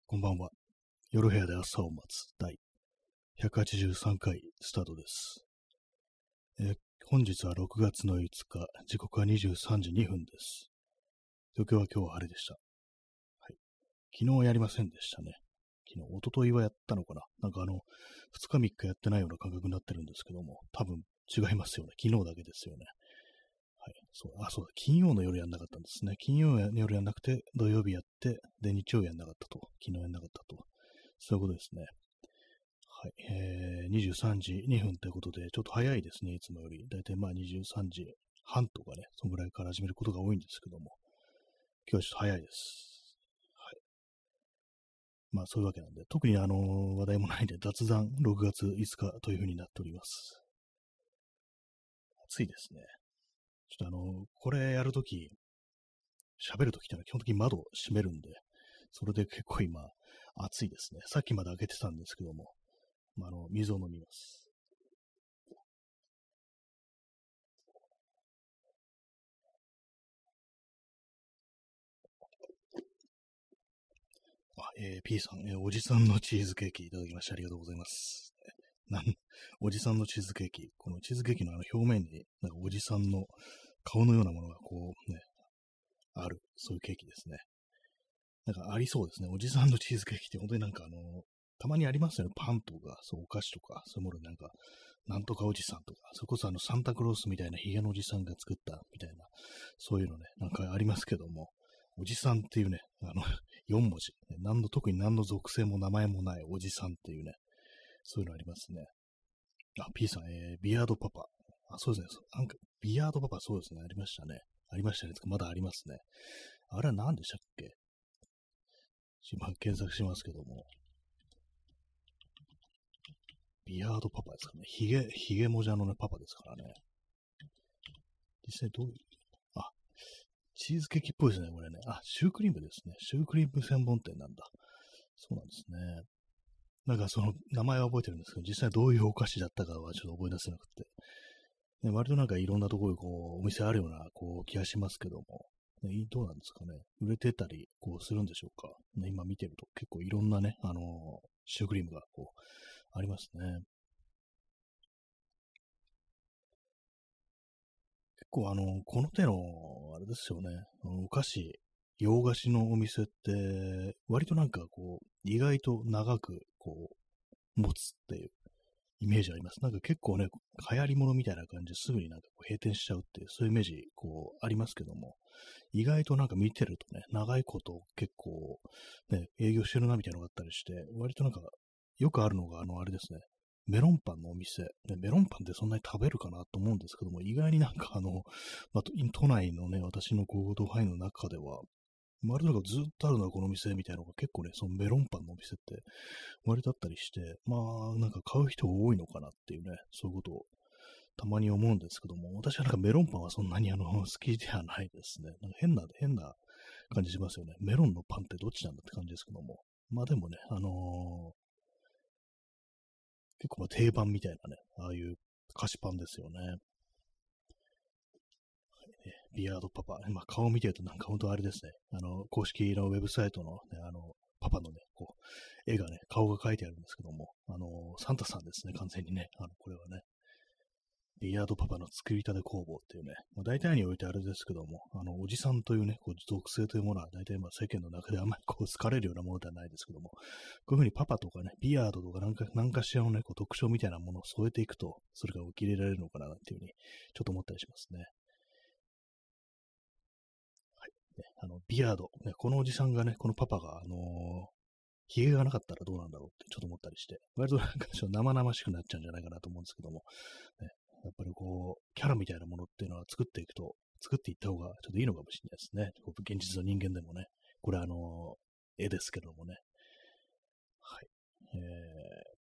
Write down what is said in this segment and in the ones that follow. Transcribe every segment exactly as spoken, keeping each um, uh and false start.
こんばんは。夜部屋で朝を待つ第ひゃくはちじゅうさんかいスタートです。えー本日はろくがつのいつか、時刻はにじゅうさんじにふんです。東京は今日は晴れでした。はい。昨日やりませんでしたね。昨日、一昨日はやったのかな。なんかあの、ふつかみっかやってないような感覚になってるんですけども、多分違いますよね。昨日だけですよね。はい。そう、あ、そうだ。金曜の夜やんなかったんですね。金曜の夜やんなくて、土曜日やって、で、日曜やんなかったと。昨日やんなかったと。そういうことですね。はい、えー、にじゅうさんじにふんということで、ちょっと早いですね、いつもより。だいたいまあにじゅうさんじはんとかね、そのぐらいから始めることが多いんですけども、今日はちょっと早いです。はい。まあそういうわけなんで、特にあのー話題もないんで、雑談ろくがついつかというふうになっております。暑いですね。ちょっとあのーこれやるとき、喋るときってのは基本的に窓を閉めるんで、それで結構今、暑いですね。さっきまで開けてたんですけども、まあ、あの、水を飲みます。あ、えー P さん、えーおじさんのチーズケーキいただきましてありがとうございます。なん、おじさんのチーズケーキ。このチーズケーキのあの表面に、なんかおじさんの顔のようなものがこうね、ある、そういうケーキですね。なんかありそうですね。おじさんのチーズケーキって本当になんかあの、たまにありますよね。パンとか、そう、お菓子とか、そういうものになんか、なんとかおじさんとか、それこそあの、サンタクロースみたいなヒゲのおじさんが作ったみたいな、そういうのね、なんかありますけども、おじさんっていうね、あの、よんもじ、何の、特に何の属性も名前もないおじさんっていうね、そういうのありますね。あ、P さん、えー、ビアードパパ。あ、そうですね。そうなんか、ビアードパパ、そうですね。ありましたね。ありましたね。まだありますね。あれは何でしたっけ？今検索しますけども。ビアードパパですかね。ヒゲ、ヒゲもじゃのね、パパですからね。実際どういう、あ、チーズケーキっぽいですね、これね。あ、シュークリームですね。シュークリーム専門店なんだ。そうなんですね。なんかその名前は覚えてるんですけど、実際どういうお菓子だったかはちょっと覚え出せなくて。ね、割となんかいろんなところにこう、お店あるような、こう、気がしますけども、ね、どうなんですかね。売れてたり、こう、するんでしょうか。ね、今見てると結構いろんなね、あのーシュークリームが、こう、ありますね。結構あの、この手の、あれですよね、あのお菓子、洋菓子のお店って、割となんかこう、意外と長く、こう、持つっていうイメージあります。なんか結構ね、流行り物みたいな感じですぐになんかこう閉店しちゃうっていう、そういうイメージ、こう、ありますけども、意外となんか見てるとね、長いこと結構、ね、営業してるなみたいなのがあったりして、割となんか、よくあるのが、あの、あれですね、メロンパンのお店。ね、メロンパンってそんなに食べるかなと思うんですけども、意外になんかあの、まあ、都都内のね、私の行動範囲の中では、まるでなんかずっとあるのはこの店みたいなのが結構ね、そのメロンパンのお店って割とあったりして、まあ、なんか買う人多いのかなっていうね、そういうことをたまに思うんですけども、私はなんかメロンパンはそんなにあの、好きではないですね。なんか変な、変な感じしますよね。メロンのパンってどっちなんだって感じですけども。まあでもね、あのー結構まあ定番みたいなね、ああいう菓子パンですよね。ビアードパパ。まあ顔を見てるとなんか本当あれですね。あの、公式のウェブサイトのね、あの、パパのね、こう、絵がね、顔が描いてあるんですけども、あの、サンタさんですね、完全にね。あの、これはね。ビアードパパの作りたて工房っていうね、まあ、大体においてあれですけども、あの、おじさんというね、こう属性というものは大体まあ世間の中であんまりこう好かれるようなものではないですけども、こういうふうにパパとかね、ビアードとかなんか、なんかしらのね、こう特徴みたいなものを添えていくと、それが受け入れられるのかなっていうふうに、ちょっと思ったりしますね。はい。ね、あの、ビアード、ね、このおじさんがね、このパパが、あのー、ヒゲがなかったらどうなんだろうってちょっと思ったりして、割となんかちょっと生々しくなっちゃうんじゃないかなと思うんですけども、ね、やっぱりこう、キャラみたいなものっていうのは作っていくと、作っていった方がちょっといいのかもしれないですね。こう現実の人間でもね。これあの、絵ですけどもね。はい。えー、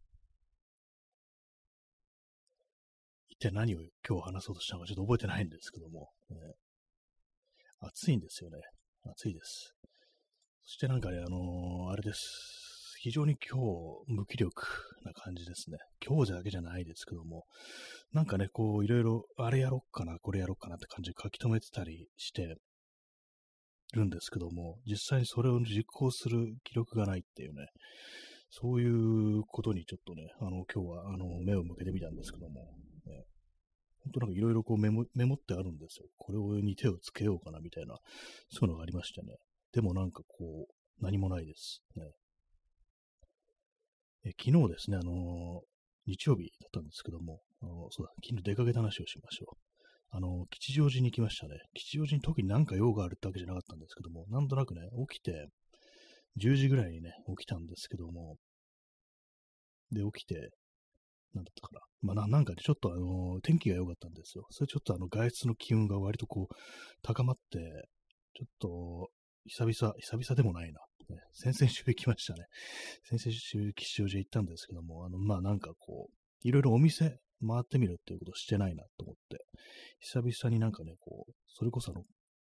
一体何を今日話そうとしたのかちょっと覚えてないんですけども、ね、暑いんですよね。暑いです。そしてなんかね、あのーあれです。非常に今日、無気力な感じですね。今日だけじゃないですけども、なんかね、こう、いろいろ、あれやろっかな、これやろっかなって感じで書き留めてたりして、 るんですけども、実際にそれを実行する記録がないっていうね、そういうことにちょっとね、あの、今日は、あの、目を向けてみたんですけども、ね、本当なんかいろいろこうメモ、メモってあるんですよ。これに手をつけようかなみたいな、そういうのがありましてね。でもなんかこう、何もないです。ね。え昨日ですね、あのー日曜日だったんですけども、あのそうだ、昨日出かけた話をしましょう。あのー吉祥寺に行きましたね。吉祥寺に特になんか用があるってわけじゃなかったんですけども、なんとなくね、起きて、じゅうじぐらいにね、起きたんですけども、で、起きて、なんだったかな。まあ、ななんかね、ちょっとあのー天気が良かったんですよ。それちょっとあの、外出の気温が割とこう、高まって、ちょっと、久々、久々でもないな。ね、先々週行きましたね。先々週吉祥寺行ったんですけども、あの、まあなんかこう、いろいろお店回ってみるっていうことをしてないなと思って、久々になんかね、こう、それこそあの、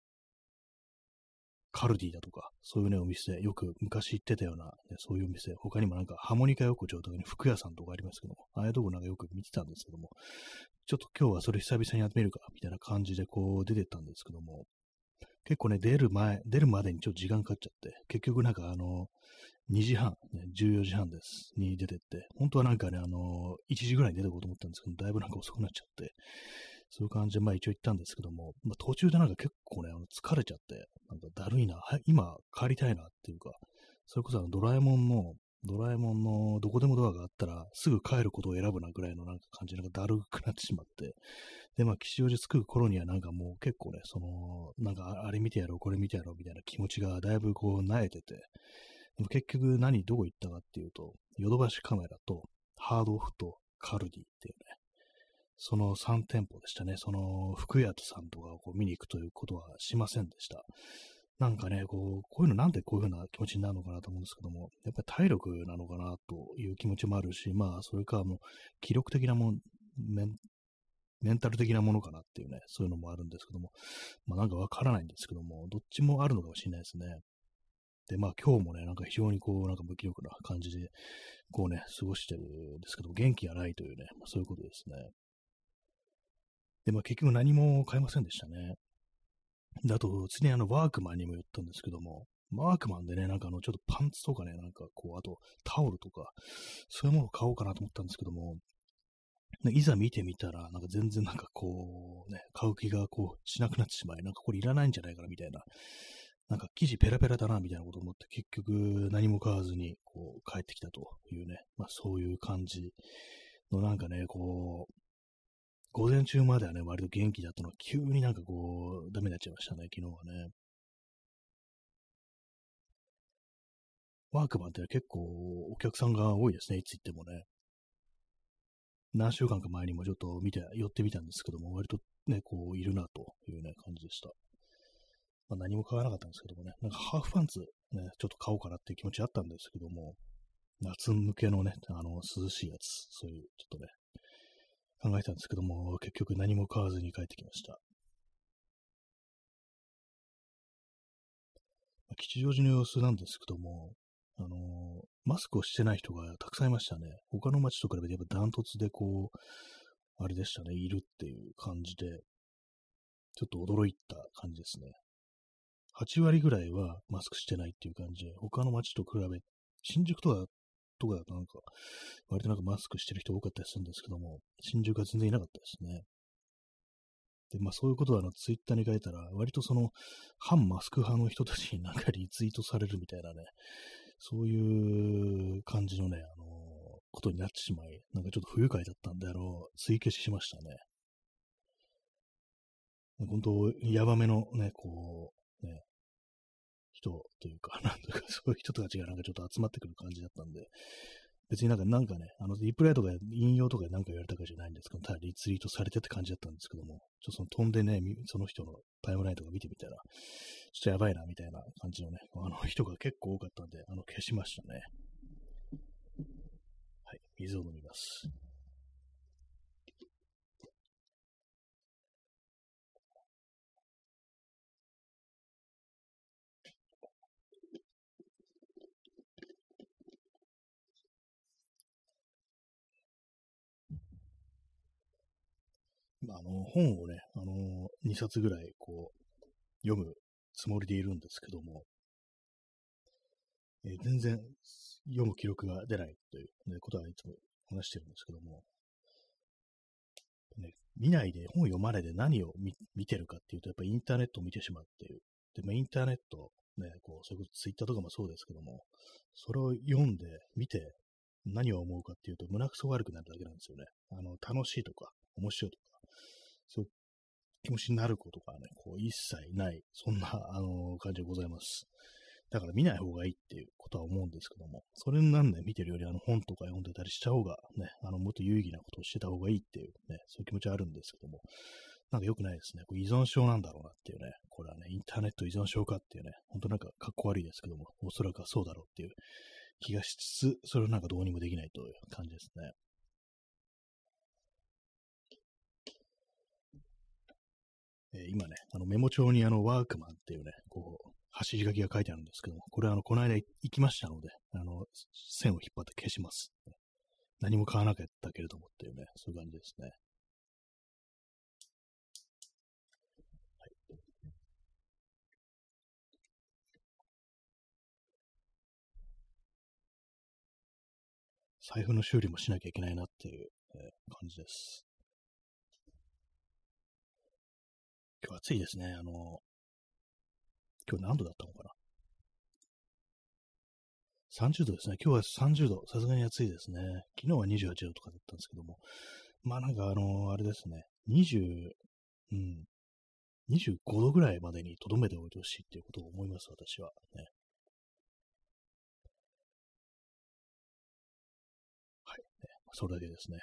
カルディだとか、そういうね、お店、よく昔行ってたような、ね、そういうお店、他にもなんかハーモニカ横丁とかに服屋さんとかありますけども、ああいうとこなんかよく見てたんですけども、ちょっと今日はそれ久々にやってみるか、みたいな感じでこう出てったんですけども、結構ね、出る前、出るまでにちょっと時間かかっちゃって、結局なんかあの、にじはん、ね、じゅうよじはんです、に出てって、本当はなんかね、あのいちじぐらいに出てこうと思ったんですけど、だいぶなんか遅くなっちゃって、そういう感じで、まあ一応行ったんですけども、まあ途中でなんか結構ね、あの疲れちゃって、なんかだるいな、はい、今帰りたいなっていうか、それこそあのドラえもんの、ドラえもんのどこでもドアがあったら、すぐ帰ることを選ぶなぐらいのなんか感じで、なんかだるくなってしまって、で、まあ、吉祥寺着く頃にはなんかもう結構ね、その、なんかあれ見てやろう、これ見てやろうみたいな気持ちがだいぶこう、慣れてて、でも結局何、どこ行ったかっていうと、ヨドバシカメラと、ハードオフとカルディっていうね、そのさん店舗でしたね。その服屋さんとかをこう見に行くということはしませんでした。なんかね、こう、こういうのなんでこういう風な気持ちになるのかなと思うんですけども、やっぱり体力なのかなという気持ちもあるし、まあ、それかもう、気力的なもん、メンメンタル的なものかなっていうね、そういうのもあるんですけども、まあなんかわからないんですけども、どっちもあるのかもしれないですね。で、まあ今日もね、なんか非常にこう、なんか無気力な感じで、こうね、過ごしてるんですけども、元気がないというね、まあ、そういうことですね。で、まあ結局何も買いませんでしたね。で、あと、次にあの、ワークマンにも言ったんですけども、ワークマンでね、なんかあの、ちょっとパンツとかね、なんかこう、あとタオルとか、そういうものを買おうかなと思ったんですけども、ねいざ見てみたら、なんか全然なんかこう、ね、買う気がこう、しなくなってしまい、なんかこれいらないんじゃないかなみたいな、なんか生地ペラペラだなみたいなことを思って、結局何も買わずに、こう、帰ってきたというね、まあそういう感じのなんかね、こう、午前中まではね、割と元気だったのが、急になんかこう、ダメになっちゃいましたね、昨日はね。ワークマンって結構お客さんが多いですね、いつ行ってもね。何週間か前にもちょっと見て、寄ってみたんですけども、割とね、こう、いるなというね、感じでした。まあ、何も買わなかったんですけどもね、なんかハーフパンツ、ね、ちょっと買おうかなっていう気持ちあったんですけども、夏向けのね、あの、涼しいやつ、そういう、ちょっとね、考えたんですけども、結局何も買わずに帰ってきました。吉祥寺の様子なんですけども、あのーマスクをしてない人がたくさんいましたね。他の街と比べてやっぱダントツでこう、あれでしたね、いるっていう感じで、ちょっと驚いた感じですね。はち割ぐらいはマスクしてないっていう感じで、他の街と比べ、新宿とか、とかだとなんか、割となんかマスクしてる人多かったりするんですけども、新宿は全然いなかったですね。で、まあそういうことはあのツイッターに書いたら、割とその反マスク派の人たちになんかリツイートされるみたいなね、そういう感じのね、あのことになってしまい、なんかちょっと不愉快だったんで、あの、追消ししましたね。本当、ヤバめのね、こう、ね、人というか、なんとかそういう人たちがなんかちょっと集まってくる感じだったんで、別になんか、なんかね、あの、リプライとか引用とかでなんか言われたかじゃないんですけど、ただリツイートされてって感じだったんですけども、ちょっとその飛んでね、その人のタイムラインとか見てみたら、ちょっとやばいな、みたいな感じのね、あの人が結構多かったんで、あの、消しましたね。はい、水を飲みます。まあ、あの、本をね、あの、にさつぐらい、こう、読むつもりでいるんですけども、えー全然読む記録が出ないという、ね、ことはいつも話してるんですけども、ね、見ないで本を読まないで何を 見, 見てるかっていうと、やっぱりインターネットを見てしまうっていう。で、まあ、インターネット、ね、こう、それこそツイッターとかもそうですけども、それを読んで、見て、何を思うかっていうと、胸くそ悪くなるだけなんですよね。あの、楽しいとか、面白いとか、そういう気持ちになることがね、こう、一切ない、そんな、あの感じでございます。だから見ない方がいいっていうことは思うんですけども、それなんで見てるよりあの本とか読んでたりした方がね、あのもっと有意義なことをしてた方がいいっていうね、そういう気持ちはあるんですけども、なんか良くないですね。これ依存症なんだろうなっていうね、これはね、インターネット依存症かっていうね、ほんとなんかかっこ悪いですけども、おそらくはそうだろうっていう気がしつつ、それをなんかどうにもできないという感じですね。えー今ね、あのメモ帳にあのワークマンっていうね、こう、走り書きが書いてあるんですけども、これあの、この間行きましたので、あの、線を引っ張って消します。何も買わなかったけれどもっていうね、そういう感じですね。はい、財布の修理もしなきゃいけないなっていう、えー感じです。今日暑いですね。あの、今日何度だったのかな？ さんじゅう 度ですね。今日はさんじゅうど。さすがに暑いですね。昨日はにじゅうはちどとかだったんですけども。まあなんかあのあれですね。にじゅう、うん、にじゅうごどぐらいまでに留めておいてほしいっていうことを思います、私は。ね。はい。ね、それだけですね。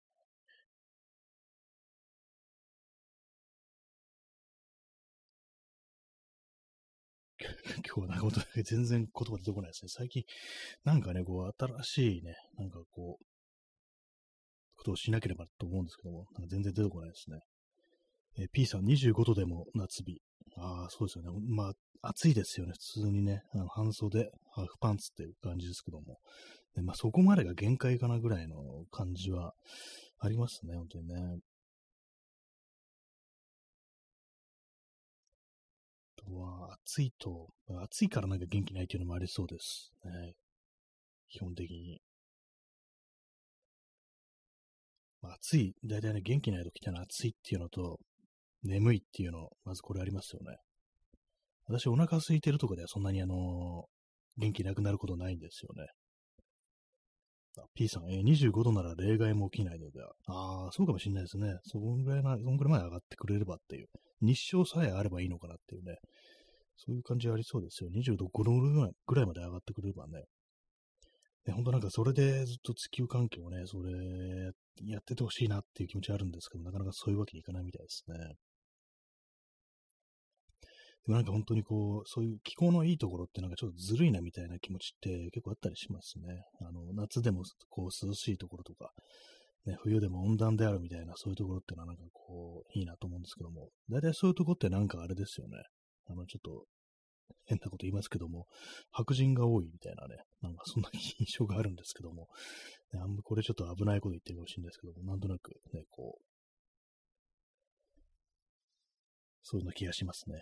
今日はなんか全然言葉出てこないですね。最近、なんかね、こう、新しいね、なんかこう、ことをしなければと思うんですけども、なんか全然出てこないですね。えー P さん、にじゅうごどでも夏日。ああ、そうですよね。まあ、暑いですよね。普通にね、あの半袖、ハーフパンツっていう感じですけども。でまあ、そこまでが限界かなぐらいの感じはありますね、本当にね。あとは、暑いと、暑いからなんか元気ないっていうのもありそうです。ね、基本的に。まあ、暑い、だいたいね、元気ない時ってのは暑いっていうのと、眠いっていうの、まずこれありますよね。私、お腹空いてるとかではそんなにあの元気なくなることないんですよね。あ P さん、えー、にじゅうごどなら例外も起きないのでは。ああ、そうかもしれないですね。そんぐらいな、そんぐらいまで上がってくれればっていう。日照さえあればいいのかなっていうね。そういう感じありそうですよ。にじゅうどぐらいぐらいまで上がってくれればね。ね、ほんとなんかそれでずっと地球環境をね、それやっててほしいなっていう気持ちあるんですけど、なかなかそういうわけにいかないみたいですね。でもなんか本当にこう、そういう気候のいいところってなんかちょっとずるいなみたいな気持ちって結構あったりしますね。あの、夏でもこう涼しいところとか、ね、冬でも温暖であるみたいなそういうところってのはなんかこう、いいなと思うんですけども、大体そういうところってなんかあれですよね。あの、ちょっと変なこと言いますけども、白人が多いみたいなね、なんかそんな印象があるんですけども、ね、あんまこれちょっと危ないこと言ってるかもしれないですけども、なんとなくね、こう、そういうような気がしますね。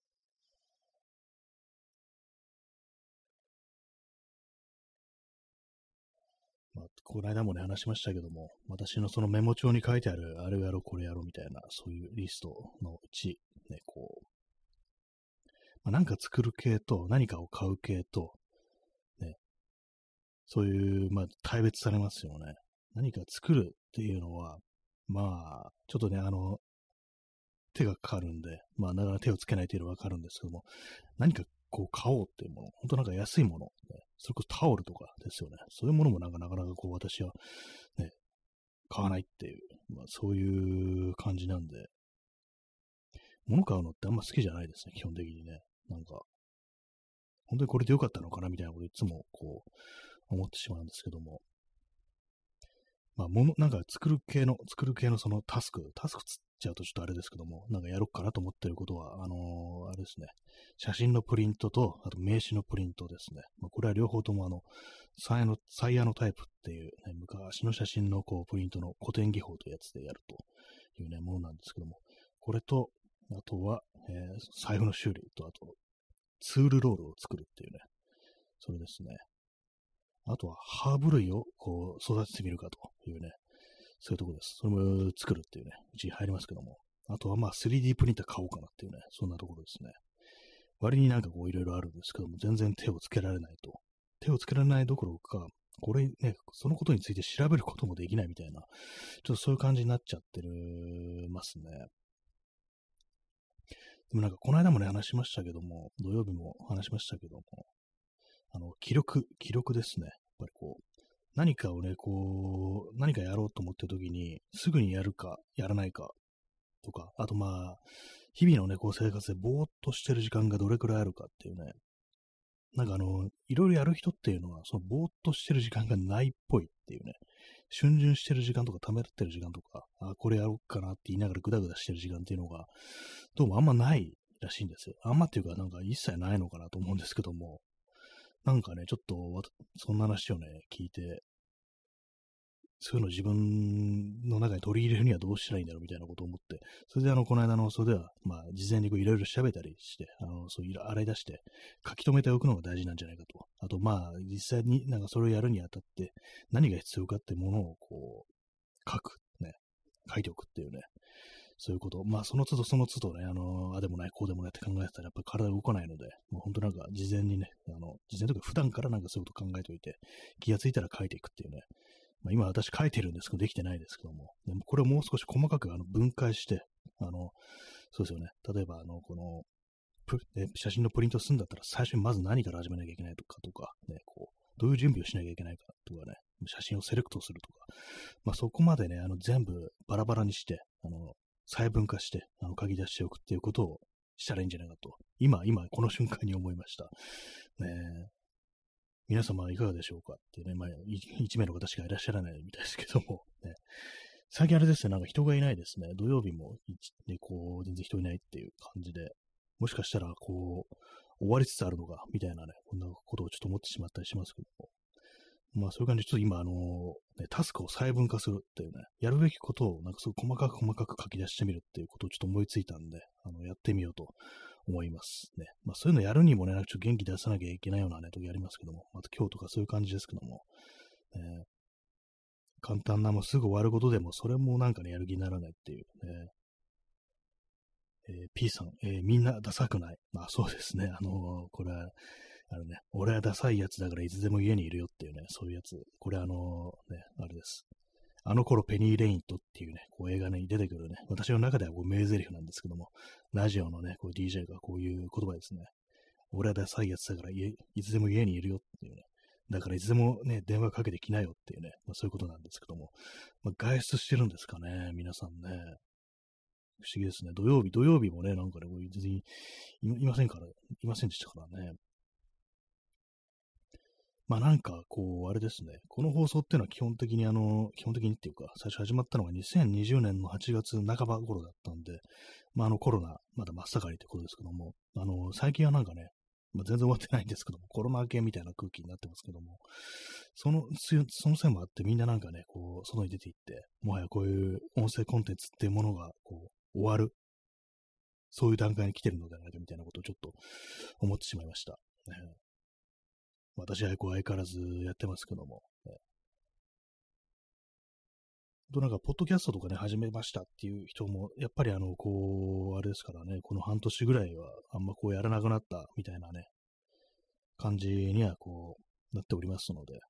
まあ、この間もね、話しましたけども、私のそのメモ帳に書いてある、あれをやろう、これやろうみたいな、そういうリストのうち、ね、こう、まあ、なんか作る系と、何かを買う系と、ね、そういう、まあ、大別されますよね。何か作るっていうのは、まあ、ちょっとね、あの、手がかかるんで、まあ、なかなか手をつけないというのはわかるんですけども、何かこう買おうっていうもの、本当なんか安いもの、ね、それこそタオルとかですよね。そういうものもなんかなかなかこう私はね、買わないっていう、まあそういう感じなんで、物買うのってあんま好きじゃないですね、基本的にね。なんか、本当にこれで良かったのかなみたいなこといつもこう思ってしまうんですけども、まあ、もの、なんか作る系の、作る系のそのタスク、タスクつっちゃうとちょっとあれですけども、なんかやろうかなと思ってることは、あのーあれですね、写真のプリントと、あと名刺のプリントですね。まあ、これは両方ともあの、サイヤの、サイヤのタイプっていう、ね、昔の写真のこうプリントの古典技法というやつでやるというね、ものなんですけども、これと、 あとは、えー財布の修理と、あと、ツールロールを作るっていうね、それですね。あとは、ハーブ類をこう育ててみるかというね、そういうところです。それも作るっていうね、うちに入りますけども。あとはまあ スリーディー プリンター買おうかなっていうね、そんなところですね。割になんかこういろいろあるんですけども、全然手をつけられないと。手をつけられないどころか、これね、そのことについて調べることもできないみたいな、ちょっとそういう感じになっちゃってるますね。でもなんかこの間もね、話しましたけども、土曜日も話しましたけども、あの、記録、記録ですね。やっぱりこう、何かをね、こう、何かやろうと思ってる時に、すぐにやるか、やらないか、とか、あとまあ、日々のね、こう生活でぼーっとしてる時間がどれくらいあるかっていうね、なんかあの、いろいろやる人っていうのは、そのぼーっとしてる時間がないっぽいっていうね、逡巡してる時間とか、溜めってる時間とか、あ、これやろうかなって言いながらグダグダしてる時間っていうのが、どうもあんまないらしいんですよ。あんまっていうか、なんか一切ないのかなと思うんですけども、なんかね、ちょっと、そんな話をね、聞いて、そういうのを自分の中に取り入れるにはどうしたらいいんだろうみたいなことを思って、それであの、この間の、それでは、まあ、事前にいろいろ調べたりして、あの、そういう洗い出して、書き留めておくのが大事なんじゃないかと。あと、まあ、実際になんかそれをやるにあたって、何が必要かってものを、こう、書く、ね、書いておくっていうね、そういうこと。まあ、その都度その都度ね、あの、あでもない、こうでもないって考えてたら、やっぱり体動かないので、もう本当なんか、事前にね、あの、事前とか普段からなんかそういうこと考えておいて、気がついたら書いていくっていうね、まあ、今私書いてるんですけど、できてないですけども、でもこれをもう少し細かくあの分解して、あの、そうですよね。例えば、あの、この、プね、写真のプリントするんだったら、最初にまず何から始めなきゃいけないとかとか、ね、こう、どういう準備をしなきゃいけないかとかね、写真をセレクトするとか、まあそこまでね、あの、全部バラバラにして、あの、細分化して、あの、書き出しておくっていうことをしたらいいんじゃないかと、今、今、この瞬間に思いました。ね、皆様いかがでしょうかってね、まあ、一名の方しかいらっしゃらないみたいですけども、ね、最近あれですね、なんか人がいないですね。土曜日も、ね、こう、全然人いないっていう感じで、もしかしたら、こう、終わりつつあるのか、みたいなね、こんなことをちょっと思ってしまったりしますけども。まあ、そういう感じで、ちょっと今、あのね、タスクを細分化するっていうね、やるべきことを、なんかすごく細かく細かく書き出してみるっていうことをちょっと思いついたんで、あの、やってみようと思いますね。まあそういうのやるにもね、なんかちょっと元気出さなきゃいけないようなね、時ありますけども、また今日とかそういう感じですけども、えー、簡単なもうすぐ終わることでも、それもなんかね、やる気にならないっていうね。えー、P さん、えー、みんなダサくない。まあそうですね、あのー、これは、あのね、俺はダサいやつだからいつでも家にいるよっていうね、そういうやつ。これあのー、ね、あれです。あの頃ペニー・レイントっていうね、こう映画に出てくるね、私の中ではこう名台詞なんですけども、ラジオのね、こう ディージェー がこういう言葉ですね。俺はダサいやつだからいつでも家にいるよっていうね。だからいつでもね、電話かけてきなよっていうね、まあ、そういうことなんですけども、まあ、外出してるんですかね、皆さんね。不思議ですね。土曜日、土曜日もね、なんかね、別にいませんから、いませんでしたからね。まあなんか、こう、あれですね。この放送っていうのは基本的にあの、基本的にっていうか、最初始まったのがにせんにじゅうねんのはちがつなかば頃だったんで、まああのコロナ、まだ真っ盛りってことですけども、あの、最近はなんかね、まあ、全然終わってないんですけども、コロナ明けみたいな空気になってますけども、その、その線もあってみんななんかね、こう、外に出て行って、もはやこういう音声コンテンツっていうものが、こう、終わる、そういう段階に来てるのではないかみたいなことをちょっと思ってしまいました。ね、私はこう相変わらずやってますけども。ね、となんか、ポッドキャストとかね、始めましたっていう人も、やっぱりあの、こう、あれですからね、この半年ぐらいはあんまこうやらなくなったみたいなね、感じにはこう、なっておりますので、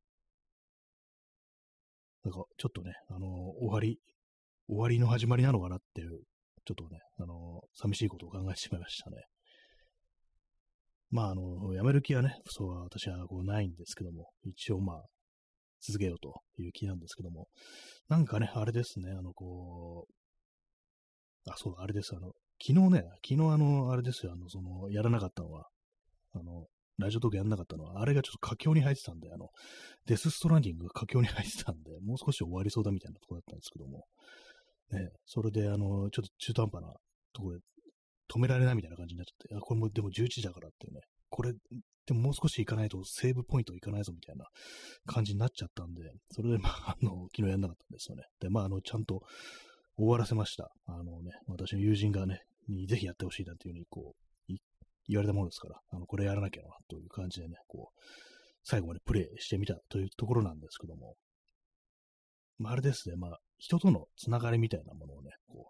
なんかちょっとね、あの、終わり、終わりの始まりなのかなっていう、ちょっとね、あの、寂しいことを考えてしまいましたね。まあ、あの、やめる気はね、そうは私はこうないんですけども、一応まあ、続けようという気なんですけども、なんかね、あれですね、あの、こう、あ、そうだ、あれです、あの、昨日ね、昨日あの、あれですよ、あの、その、やらなかったのは、あの、ラジオトークやらなかったのは、あれがちょっと佳境に入ってたんで、あの、デスストランディングが佳境に入ってたんで、もう少し終わりそうだみたいなところだったんですけども、ね、それで、あの、ちょっと中途半端なところで止められないみたいな感じになっちゃって、あ、これもでもじゅういちじだからっていうね、これ、でももう少し行かないとセーブポイント行かないぞみたいな感じになっちゃったんで、それでまあ、あの、昨日やんなかったんですよね。で、まあ、あの、ちゃんと終わらせました。あのね、私の友人がね、 にぜひやってほしいなっていうふうに、こう、言われたものですから、あの、これやらなきゃな、という感じでね、こう、最後までプレイしてみたというところなんですけども、まあ、あれですね、まあ、人とのつながりみたいなものをね、こ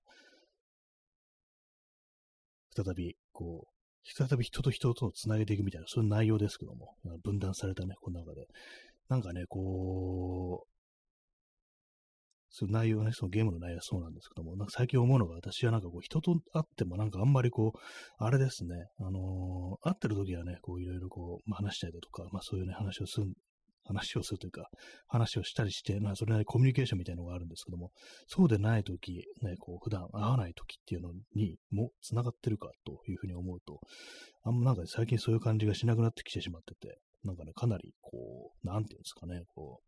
う、再び、こう、再び人と人とをつなげていくみたいな、そういう内容ですけども、分断されたね、この中で。なんかね、こう、そういう内容はね、そのゲームの内容はそうなんですけども、なんか最近思うのが、私はなんかこう、人と会ってもなんかあんまりこう、あれですね、あのー会ってる時はね、こう、いろいろこう、まあ、話したりだとか、まあそういうね、話をする、話をするというか、話をしたりして、まあそれなりにコミュニケーションみたいなのがあるんですけども、そうでない時、ね、こう、普段会わない時っていうのにも繋がってるかというふうに思うと、あんまなんか最近そういう感じがしなくなってきてしまってて、なんかね、かなりこう、なんていうんですかね、こう、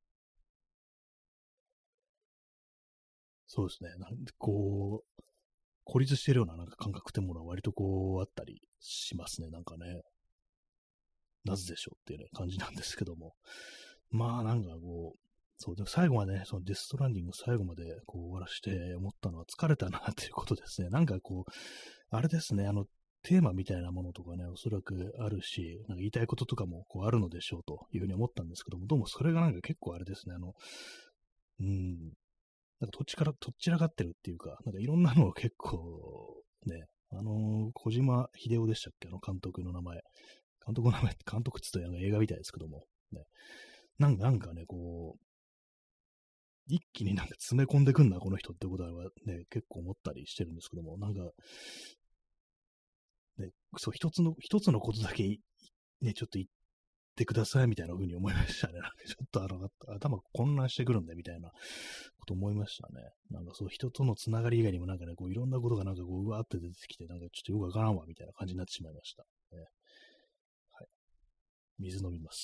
そうですね。なんで、こう、孤立してるようななんか感覚ってものは割とこうあったりしますね。なんかね、なぜでしょうっていうね、感じなんですけども。まあなんかこう、そう、でも最後までね、そのデストランディング最後までこう終わらして思ったのは疲れたなっていうことですね。なんかこう、あれですね、あの、テーマみたいなものとかね、おそらくあるし、なんか言いたいこととかもこうあるのでしょうというふうに思ったんですけども、どうもそれがなんか結構あれですね、あの、うん、なんかどっちから、どっちらかってるっていうか、なんかいろんなのを結構、ね、あのー小島秀夫でしたっけあの監督の名前。監督の名前って監督って言うと映画みたいですけども、ね。なんか、なんかね、こう、一気になんか詰め込んでくんな、この人ってことはね、結構思ったりしてるんですけども、なんか、ね、そう、一つの、一つのことだけ、ね、ちょっと言ってくださいみたいな風に思いましたね。なんかちょっとあの、頭混乱してくるんで、みたいなこと思いましたね。なんかそう、人とのつながり以外にもなんかね、こういろんなことがなんかこう、うわーって出てきて、なんかちょっとよくわからんわ、みたいな感じになってしまいました。ね、はい。水飲みます。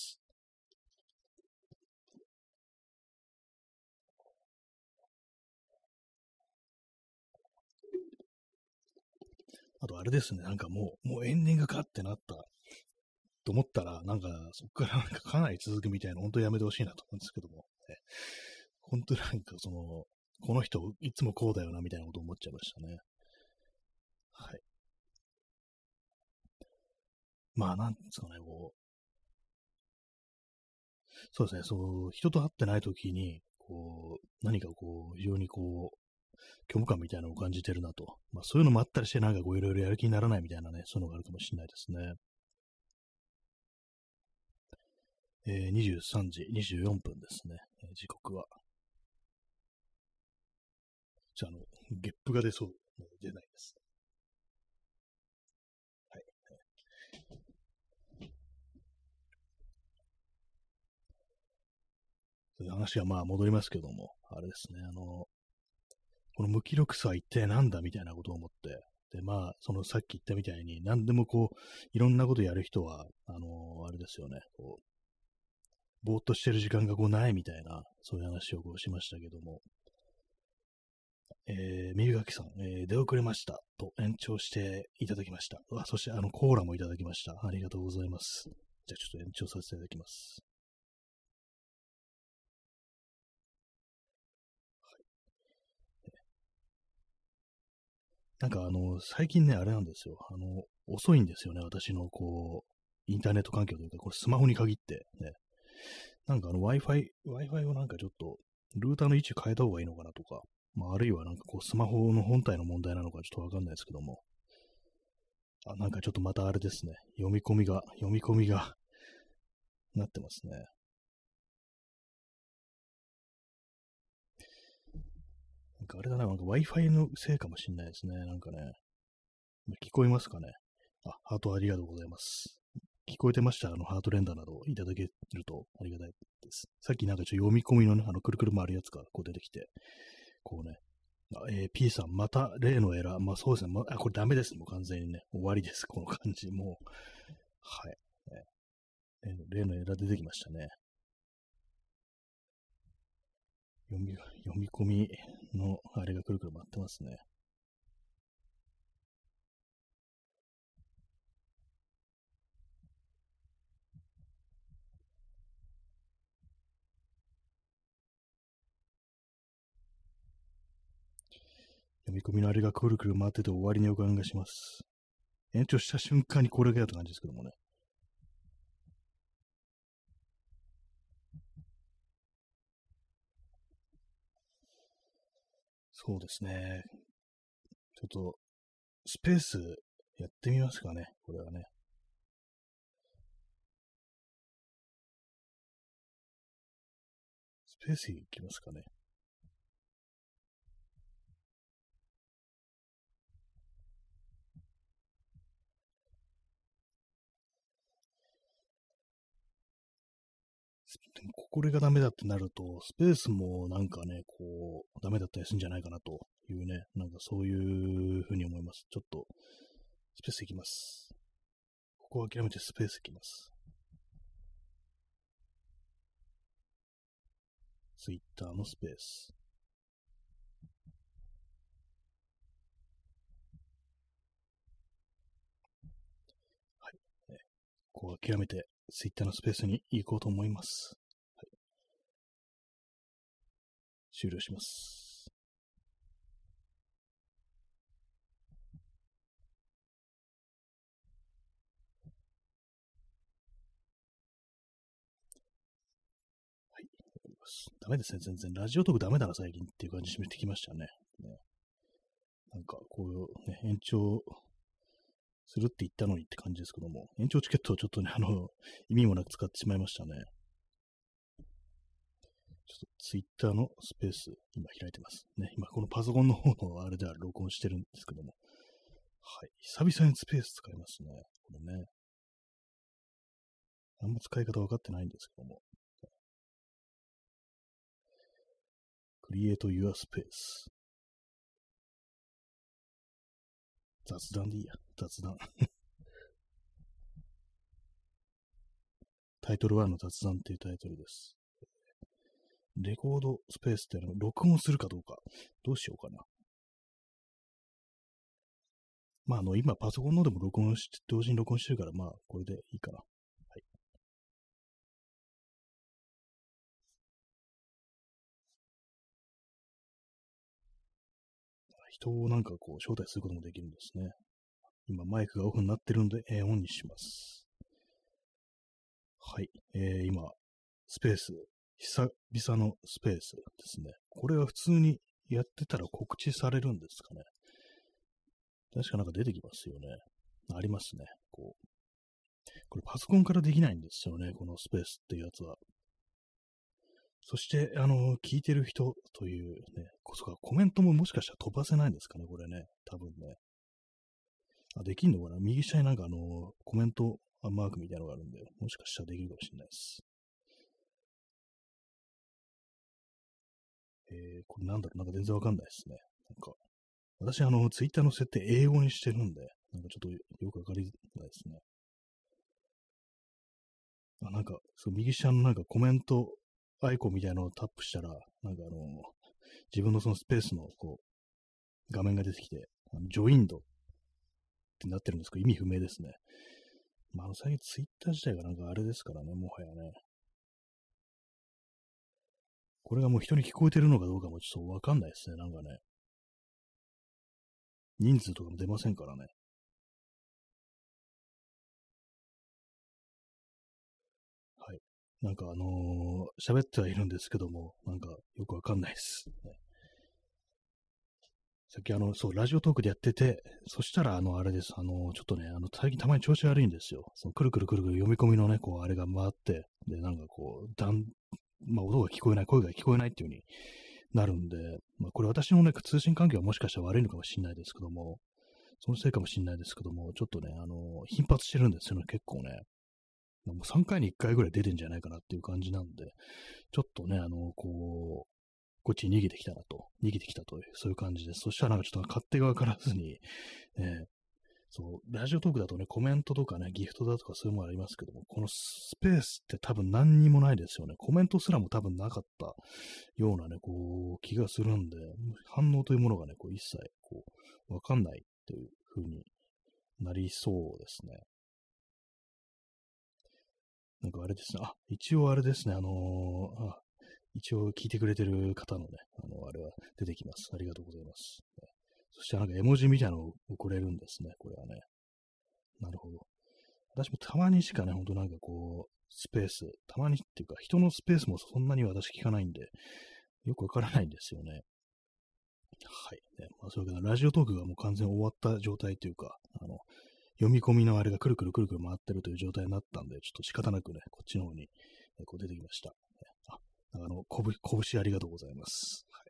あとあれですね、なんかもう、もうエンディングかってなったと思ったら、なんかそこからなんかかなり続くみたいな、本当やめてほしいなと思うんですけども、ね、本当なんかその、この人いつもこうだよなみたいなこと思っちゃいましたね。はい。まあなんですかね、こう、そうですね、そう、人と会ってない時に、こう、何かこう、非常にこう、虚無感みたいなのを感じてるなと。まあそういうのもあったりして、なんかこういろいろやる気にならないみたいなね、そういうのがあるかもしれないですね。えー、にじゅうさんじにじゅうよんぷんですね、えー時刻は。じゃあ、あの、ゲップが出そう。もう出ないです。はい。そういう話はまあ戻りますけども、あれですね、あの、この無気力さは一体何だみたいなことを思って、で、まあ、そのさっき言ったみたいに、何でもこう、いろんなことやる人は、あのあれですよね、こう、ぼーっとしてる時間がこうないみたいな、そういう話をこうしましたけども、えー、耳垣さん、えー出遅れましたと延長していただきました。あ、そしてあのコーラもいただきました。ありがとうございます。じゃあちょっと延長させていただきます。なんかあの、最近ね、あれなんですよ。あの、遅いんですよね。私のこう、インターネット環境というか、これスマホに限ってね。なんかあの Wi-Fi、Wi-Fi をなんかちょっと、ルーターの位置変えた方がいいのかなとか、まあ、あるいはなんかこう、スマホの本体の問題なのかちょっとわかんないですけども、あ、なんかちょっとまたあれですね。読み込みが、読み込みがなってますね。なんかあれだな、なんか Wi-Fi のせいかもしんないですね。なんかね、聞こえますかね。あ、ハートありがとうございます。聞こえてました。あの、ハート連打などいただけるとありがたいです。さっきなんかちょっと読み込みのね、あの、くるくる回るやつがこう出てきて、こうね、あえー、P さん、また例のエラー。まあそうですね。まあ、これダメですね。もう完全にね。終わりです。この感じ。もう。はい。えー例のエラー出てきましたね。読み、読み込みのあれがくるくる回ってますね。 読み込みのあれがくるくる回ってて終わりの予感がします。延長した瞬間にこれがやった感じですけどもね。そうですね。ちょっと、スペースやってみますかね。これはね。スペースいきますかね。でもこれがダメだってなると、スペースもなんかね、こう、ダメだったりするんじゃないかなというね、なんかそういうふうに思います。ちょっと、スペースいきます。ここは諦めてスペースいきます。ツイッターのスペース。はい。ね、ここは諦めてツイッターのスペースに行こうと思います。はい、終了します。はい。ダメですね。全然。ラジオトークダメだな、最近っていう感じしてきましたね。ね、なんか、こういう、ね、延長するって言ったのにって感じですけども、延長チケットをちょっとね、あの、意味もなく使ってしまいましたね。ちょっとツイッターのスペース、今開いてます。ね、今このパソコンの方のあれでは録音してるんですけども、はい。久々にスペース使いますね。これね。あんま使い方分かってないんですけども。Create Your Space。雑談でいいや。雑談。タイトルワンの雑談っていうタイトルです。レコードスペースっての録音するかどうか。どうしようかな。まあ、あの、今パソコンのでも録音して、同時に録音してるから、まあ、これでいいかな。はい。人をなんかこう、招待することもできるんですね。今、マイクがオフになってるんで、えー、オンにします。はい。えー、今、スペース、久々のスペースですね。これは普通にやってたら告知されるんですかね。確かなんか出てきますよね。ありますね。こう。これパソコンからできないんですよね。このスペースっていうやつは。そして、あの、聞いてる人というね、こそか、コメントももしかしたら飛ばせないんですかね、これね。多分ね。あ、できんのかな、右下になんかあの、コメントマークみたいなのがあるんで、もしかしたらできるかもしれないです。えー、これなんだろう、なんか全然わかんないですね。なんか、私、あの、ツイッターの設定英語にしてるんで、なんかちょっとよくわかりづらいですね。あ、なんか、そう、右下のなんかコメントアイコンみたいなのをタップしたら、なんかあの、自分のそのスペースのこう、画面が出てきて、あのジョインドってなってるんですけど、意味不明ですね。まあ、あの、最近ツイッター自体がなんかあれですからね、もはやね。これがもう人に聞こえてるのかどうかもちょっとわかんないですね、なんかね。人数とかも出ませんからね。はい。なんかあのー喋ってはいるんですけども、なんかよくわかんないです、ね。さっきあの、そう、ラジオトークでやってて、そしたらあの、あれです、あのーちょっとね、あの、最近たまに調子悪いんですよ。その、くるくるくるくる読み込みのね、こう、あれが回って、で、なんかこう、だん、まあ、音が聞こえない、声が聞こえないっていう風になるんで、まあ、これ私のね、通信環境はもしかしたら悪いのかもしれないですけども、そのせいかもしれないですけども、ちょっとね、あのー頻発してるんですよね、結構ね。もうさんかいにいっかいぐらい出てんじゃないかなっていう感じなんで、ちょっとね、あの、こう、こっちに逃げてきたなと、逃げてきたという、そういう感じです。そしたらなんかちょっと勝手がわからずに、ね、そう、ラジオトークだとね、コメントとかね、ギフトだとかそういうものありますけども、このスペースって多分何にもないですよね。コメントすらも多分なかったようなね、こう、気がするんで、反応というものがね、こう、一切、こう、わかんないという風になりそうですね。なんかあれですね。あ、一応あれですね。あのーあ、一応聞いてくれてる方のね、あの、あれは出てきます。ありがとうございます。 そしてなんか絵文字みたいなのを送れるんですね、これはね。なるほど。私もたまにしかね、ほんとなんかこう、スペース、たまにっていうか、人のスペースもそんなに私聞かないんで、よくわからないんですよね。はい。ね、まあ、そういうわけで、ラジオトークがもう完全終わった状態というか、あの、読み込みのあれがくるくるくるくる回ってるという状態になったんで、ちょっと仕方なくね、こっちの方に、えこう出てきました。あ、あの、こぶ、拳ありがとうございます。はい。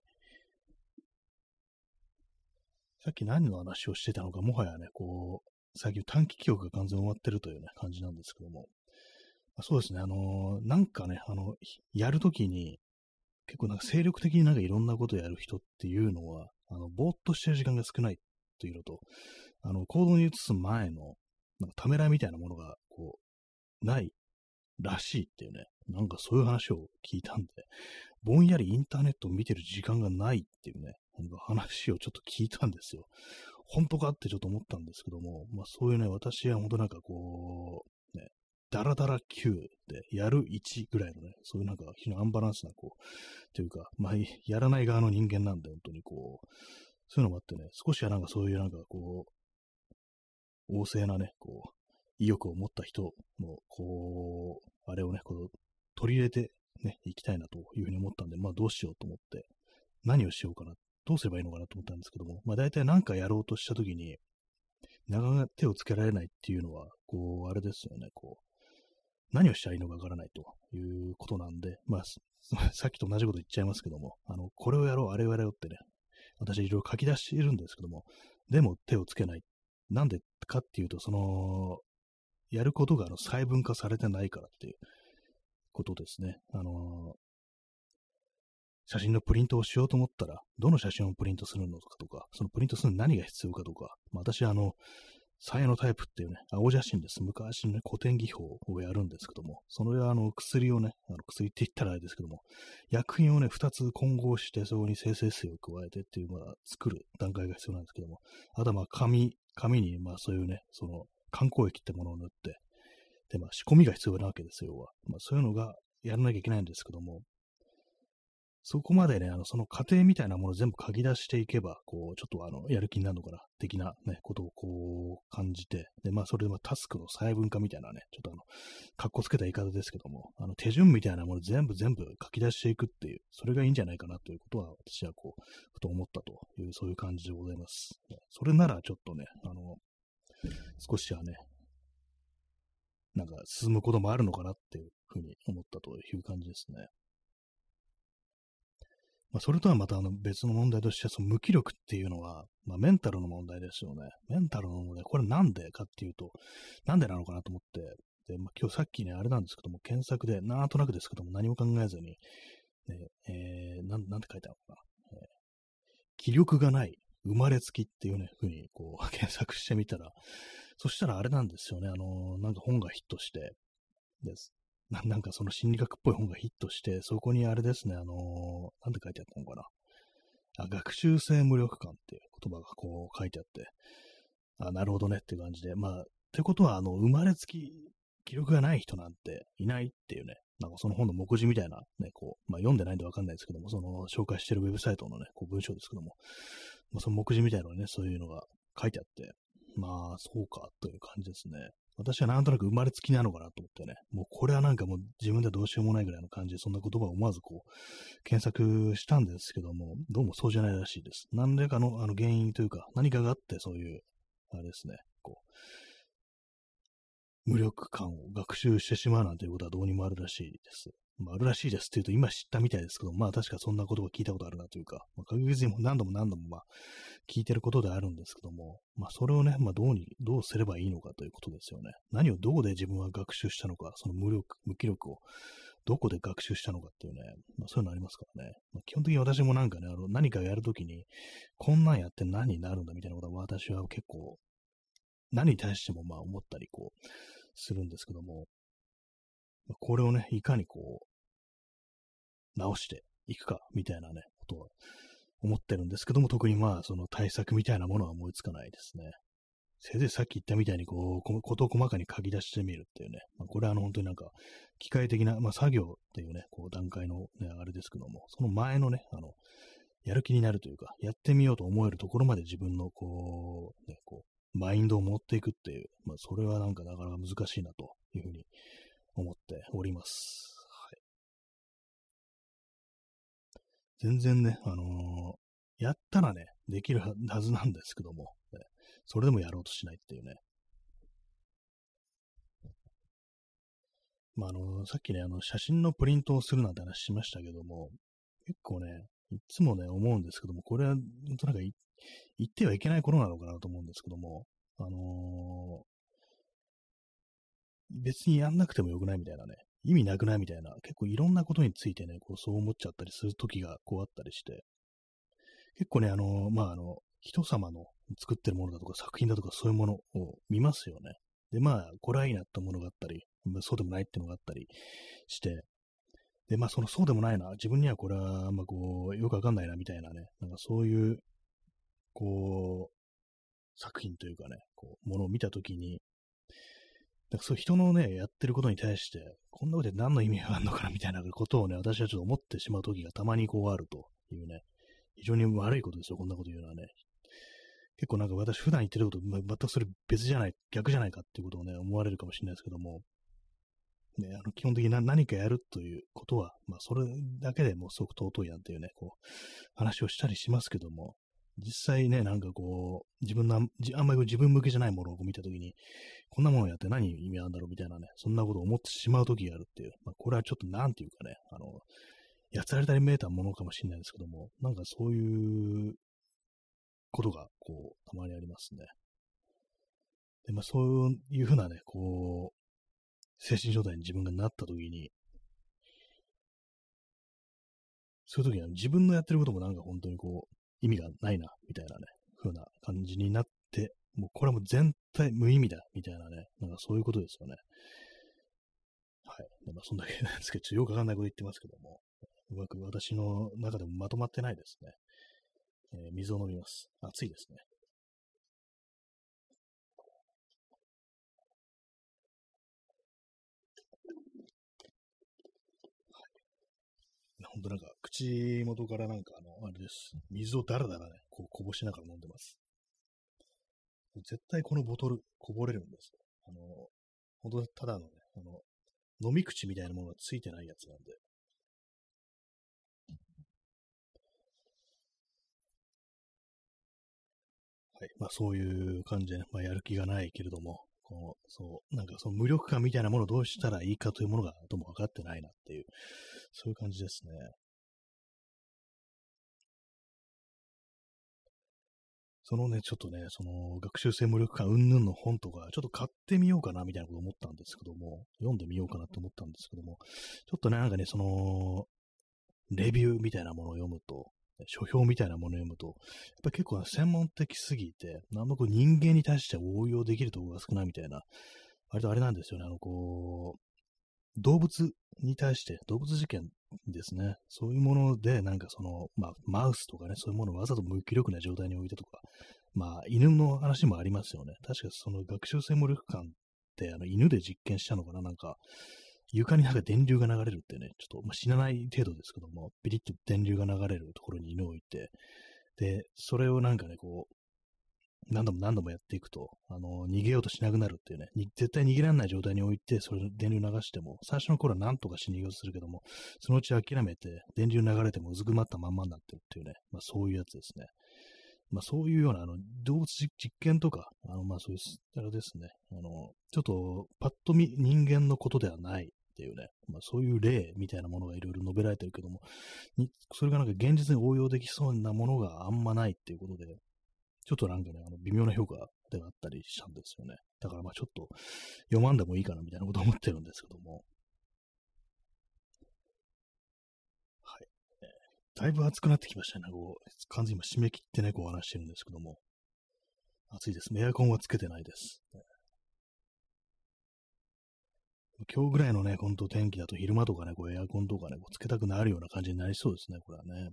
さっき何の話をしてたのか、もはやね、こう、最近短期記憶が完全終わってるというね、感じなんですけども、まあ、そうですね、あのーなんかね、あの、やるときに、結構なんか精力的になんかいろんなことをやる人っていうのは、あの、ぼーっとしてる時間が少ないというのと、あの、行動に移す前の、なんかためらいみたいなものが、こう、ないらしいっていうね、なんかそういう話を聞いたんで、ぼんやりインターネットを見てる時間がないっていうね、なんか話をちょっと聞いたんですよ。本当かってちょっと思ったんですけども、まあそういうね、私は本当なんかこう、ね、ダラダラきゅうでやるいちぐらいのね、そういうなんか非常にアンバランスな、こう、というか、まあやらない側の人間なんで、本当にこう、そういうのもあってね、少しはなんかそういうなんかこう、旺盛なね、こう、意欲を持った人の、こう、あれをね、こう、取り入れてね、いきたいなというふうに思ったんで、まあどうしようと思って、何をしようかな、どうすればいいのかなと思ったんですけども、まあ大体何かやろうとしたときに、なかなか手をつけられないっていうのは、こう、あれですよね、こう、何をしたらいいのかわからないということなんで、まあ、さっきと同じこと言っちゃいますけども、あの、これをやろう、あれをやろうってね、私いろいろ書き出しているんですけども、でも手をつけない。なんでかっていうと、その、やることがあの細分化されてないからっていうことですね。あの写真のプリントをしようと思ったら、どの写真をプリントするのかとか、そのプリントするのに何が必要かとか、まあ、私はあの、サイノタイプっていうね、青写真です。昔ね、古典技法をやるんですけども、そのあの薬をね、あの薬って言ったらあれですけども、薬品をね、二つ混合して、そこに生成水を加えてっていう、まあ、作る段階が必要なんですけども、あとはまあ、紙、紙に、まあ、そういうね、その、観光液ってものを塗って、で、まあ、仕込みが必要なわけですよ、要は。まあ、そういうのがやらなきゃいけないんですけども、そこまでね、あの、その過程みたいなものを全部書き出していけば、こう、ちょっとあの、やる気になるのかな、的なね、ことをこう、感じて、で、まあ、それでまあ、タスクの細分化みたいなね、ちょっとあの、かっこつけた言い方ですけども、あの、手順みたいなもの全部全部書き出していくっていう、それがいいんじゃないかなということは、私はこう、ふと思ったという、そういう感じでございます。それならちょっとね、あの、少しはね、なんか進むこともあるのかなっていうふうに思ったという感じですね。まあ、それとはまたあの別の問題として、その無気力っていうのは、まあ、メンタルの問題ですよね。メンタルの問題、これなんでかっていうと、なんでなのかなと思って、で、まあ、今日さっきね、あれなんですけども、検索で、なんとなくですけども、何も考えずに、ね、えー、なん、なんて書いてあるのかな。えー、気力がない、生まれつきっていうね、ふうに、こう、検索してみたら、そしたらあれなんですよね、あのーなんか本がヒットして、です。ななんかその心理学っぽい本がヒットして、そこにあれですね、あのーなんて書いてあったのかな。あ、学習性無力感っていう言葉がこう書いてあって、あ、なるほどねっていう感じで、まあ、ってことは、あの、生まれつき記録がない人なんていないっていうね、なんかその本の目次みたいなね、こう、まあ読んでないんでわかんないですけども、その紹介してるウェブサイトのね、こう文章ですけども、まあ、その目次みたいなのね、そういうのが書いてあって、まあ、そうか、という感じですね。私はなんとなく生まれつきなのかなと思ってね、もうこれはなんかもう自分でどうしようもないぐらいの感じで、そんな言葉を思わずこう、検索したんですけども、どうもそうじゃないらしいです。何らかのあの原因というか、何かがあって、そういう、あれですね、こう、無力感を学習してしまうなんていうことはどうにもあるらしいです。まあ、あるらしいですって言うと今知ったみたいですけど、まあ確かそんなことを聞いたことあるなというか、まあ、確実に何度も何度もまあ聞いてることであるんですけども、まあそれをね、まあどうに、どうすればいいのかということですよね。何をどこで自分は学習したのか、その無力、無気力をどこで学習したのかっていうね、まあそういうのありますからね。まあ、基本的に私もなんかね、あの何かやるときに、こんなんやって何になるんだみたいなことは私は結構、何に対してもまあ思ったりこう、するんですけども、これをね、いかにこう、直していくか、みたいなね、ことは思ってるんですけども、特にまあ、その対策みたいなものは思いつかないですね。せいぜいさっき言ったみたいに、こう、こことを細かに書き出してみるっていうね、まあ、これはあの、本当になんか、機械的な、まあ、作業っていうね、こう、段階のね、あれですけども、その前のね、あの、 やる気になるというか、やってみようと思えるところまで自分のこう、ね、こう、マインドを持っていくっていう、まあ、それはなんかなかなか難しいなというふうに思っております。はい。全然ね、あのーやったらね、できるはずなんですけども、ね、それでもやろうとしないっていうね。まあ、あの、さっきね、あの、写真のプリントをするなんて話しましたけども、結構ね、いつもね、思うんですけども、これは、なんか言ってはいけないことなのかなと思うんですけども、あのー別にやんなくてもよくないみたいなね、意味なくないみたいな、結構いろんなことについてね、こう、そう思っちゃったりする時がこうあったりして、結構ね、あのーまあ、あの、人様の作ってるものだとか作品だとかそういうものを見ますよね。で、まあ、これはいいなってものがあったり、そうでもないっていうのがあったりして、で、まあ、そのそうでもないな、自分にはこれはあんまこう、よくわかんないなみたいなね、なんかそういう、こう、作品というかね、こう、ものを見たときに、なんかそういう人のね、やってることに対して、こんなことで何の意味があるのかなみたいなことをね、私はちょっと思ってしまうときがたまにこうあるというね、非常に悪いことですよ、こんなこと言うのはね。結構なんか私普段言ってること、ま、全くそれ別じゃない、逆じゃないかっていうことをね、思われるかもしれないですけども、ね、あの基本的にな何かやるということは、まあそれだけでもうすごく尊いやんっていうね、こう、話をしたりしますけども、実際ね、なんかこう、自分のあんじあんまりこう自分向けじゃないものを見たときに、こんなものをやって何意味あるんだろうみたいなね、そんなことを思ってしまうときがあるっていう、まあ、これはちょっとなんていうかね、あの、やつられたりめいたものかもしれないですけども、なんかそういうことが、こう、たまにありますね。で、まあそういうふうなね、こう、精神状態に自分がなったときに、そういう時には自分のやってることもなんか本当にこう、意味がないな、みたいなね、風な感じになって、もうこれはもう全体無意味だ、みたいなね、なんかそういうことですよね。はい。でまあ、そんだけなんですけど、ちょっとよくわかんないこと言ってますけども、うまく私の中でもまとまってないですね。えー水を飲みます。暑いですね。ほんとなんか、口元からなんかあの、あれです。水をだらだらね、こうこぼしながら飲んでます。絶対このボトルこぼれるんですよ。あの、本当ただのね、あの、飲み口みたいなものがついてないやつなんで。はい。まあそういう感じでね、まあやる気がないけれども、この、そう、なんかその無力感みたいなものをどうしたらいいかというものがどうも分かってないなっていう、そういう感じですね。そのね、ちょっとね、その学習性無力感云々の本とか、ちょっと買ってみようかなみたいなこと思ったんですけども、読んでみようかなって思ったんですけども、ちょっとね、なんかね、その、レビューみたいなものを読むと、書評みたいなものを読むと、やっぱり結構専門的すぎて、あんまこう人間に対して応用できるところが少ないみたいな、割とあれなんですよね、あの、こう、動物に対して、動物実験ですね。そういうもので、なんかその、まあ、マウスとかね、そういうものをわざと無気力な状態に置いてとか、まあ、犬の話もありますよね。確かその学習性無力感って、あの、犬で実験したのかな、なんか、床になんか電流が流れるってね、ちょっと、まあ、死なない程度ですけども、ピリッと電流が流れるところに犬を置いて、で、それをなんかね、こう、何度も何度もやっていくと、あの、逃げようとしなくなるっていうね、に絶対逃げられない状態に置いて、それで電流流しても、最初の頃は何とかし逃げようとするけども、そのうち諦めて、電流流れてもうずくまったまんまになってるっていうね、まあそういうやつですね。まあそういうような、あの、動物実験とか、あの、まあそういう、あれですね、あの、ちょっと、パッと見、人間のことではないっていうね、まあそういう例みたいなものがいろいろ述べられてるけども、にそれがなんか現実に応用できそうなものがあんまないっていうことで、ちょっとなんかね、あの微妙な評価ではあったりしたんですよね。だからまあちょっと読まんでもいいかなみたいなことを思ってるんですけども。はい。えーだいぶ暑くなってきましたね。こう、完全に今締め切ってね、こう話してるんですけども。暑いです。エアコンはつけてないです。今日ぐらいのね、ほんと天気だと昼間とかね、こうエアコンとかね、こうつけたくなるような感じになりそうですね、これはね。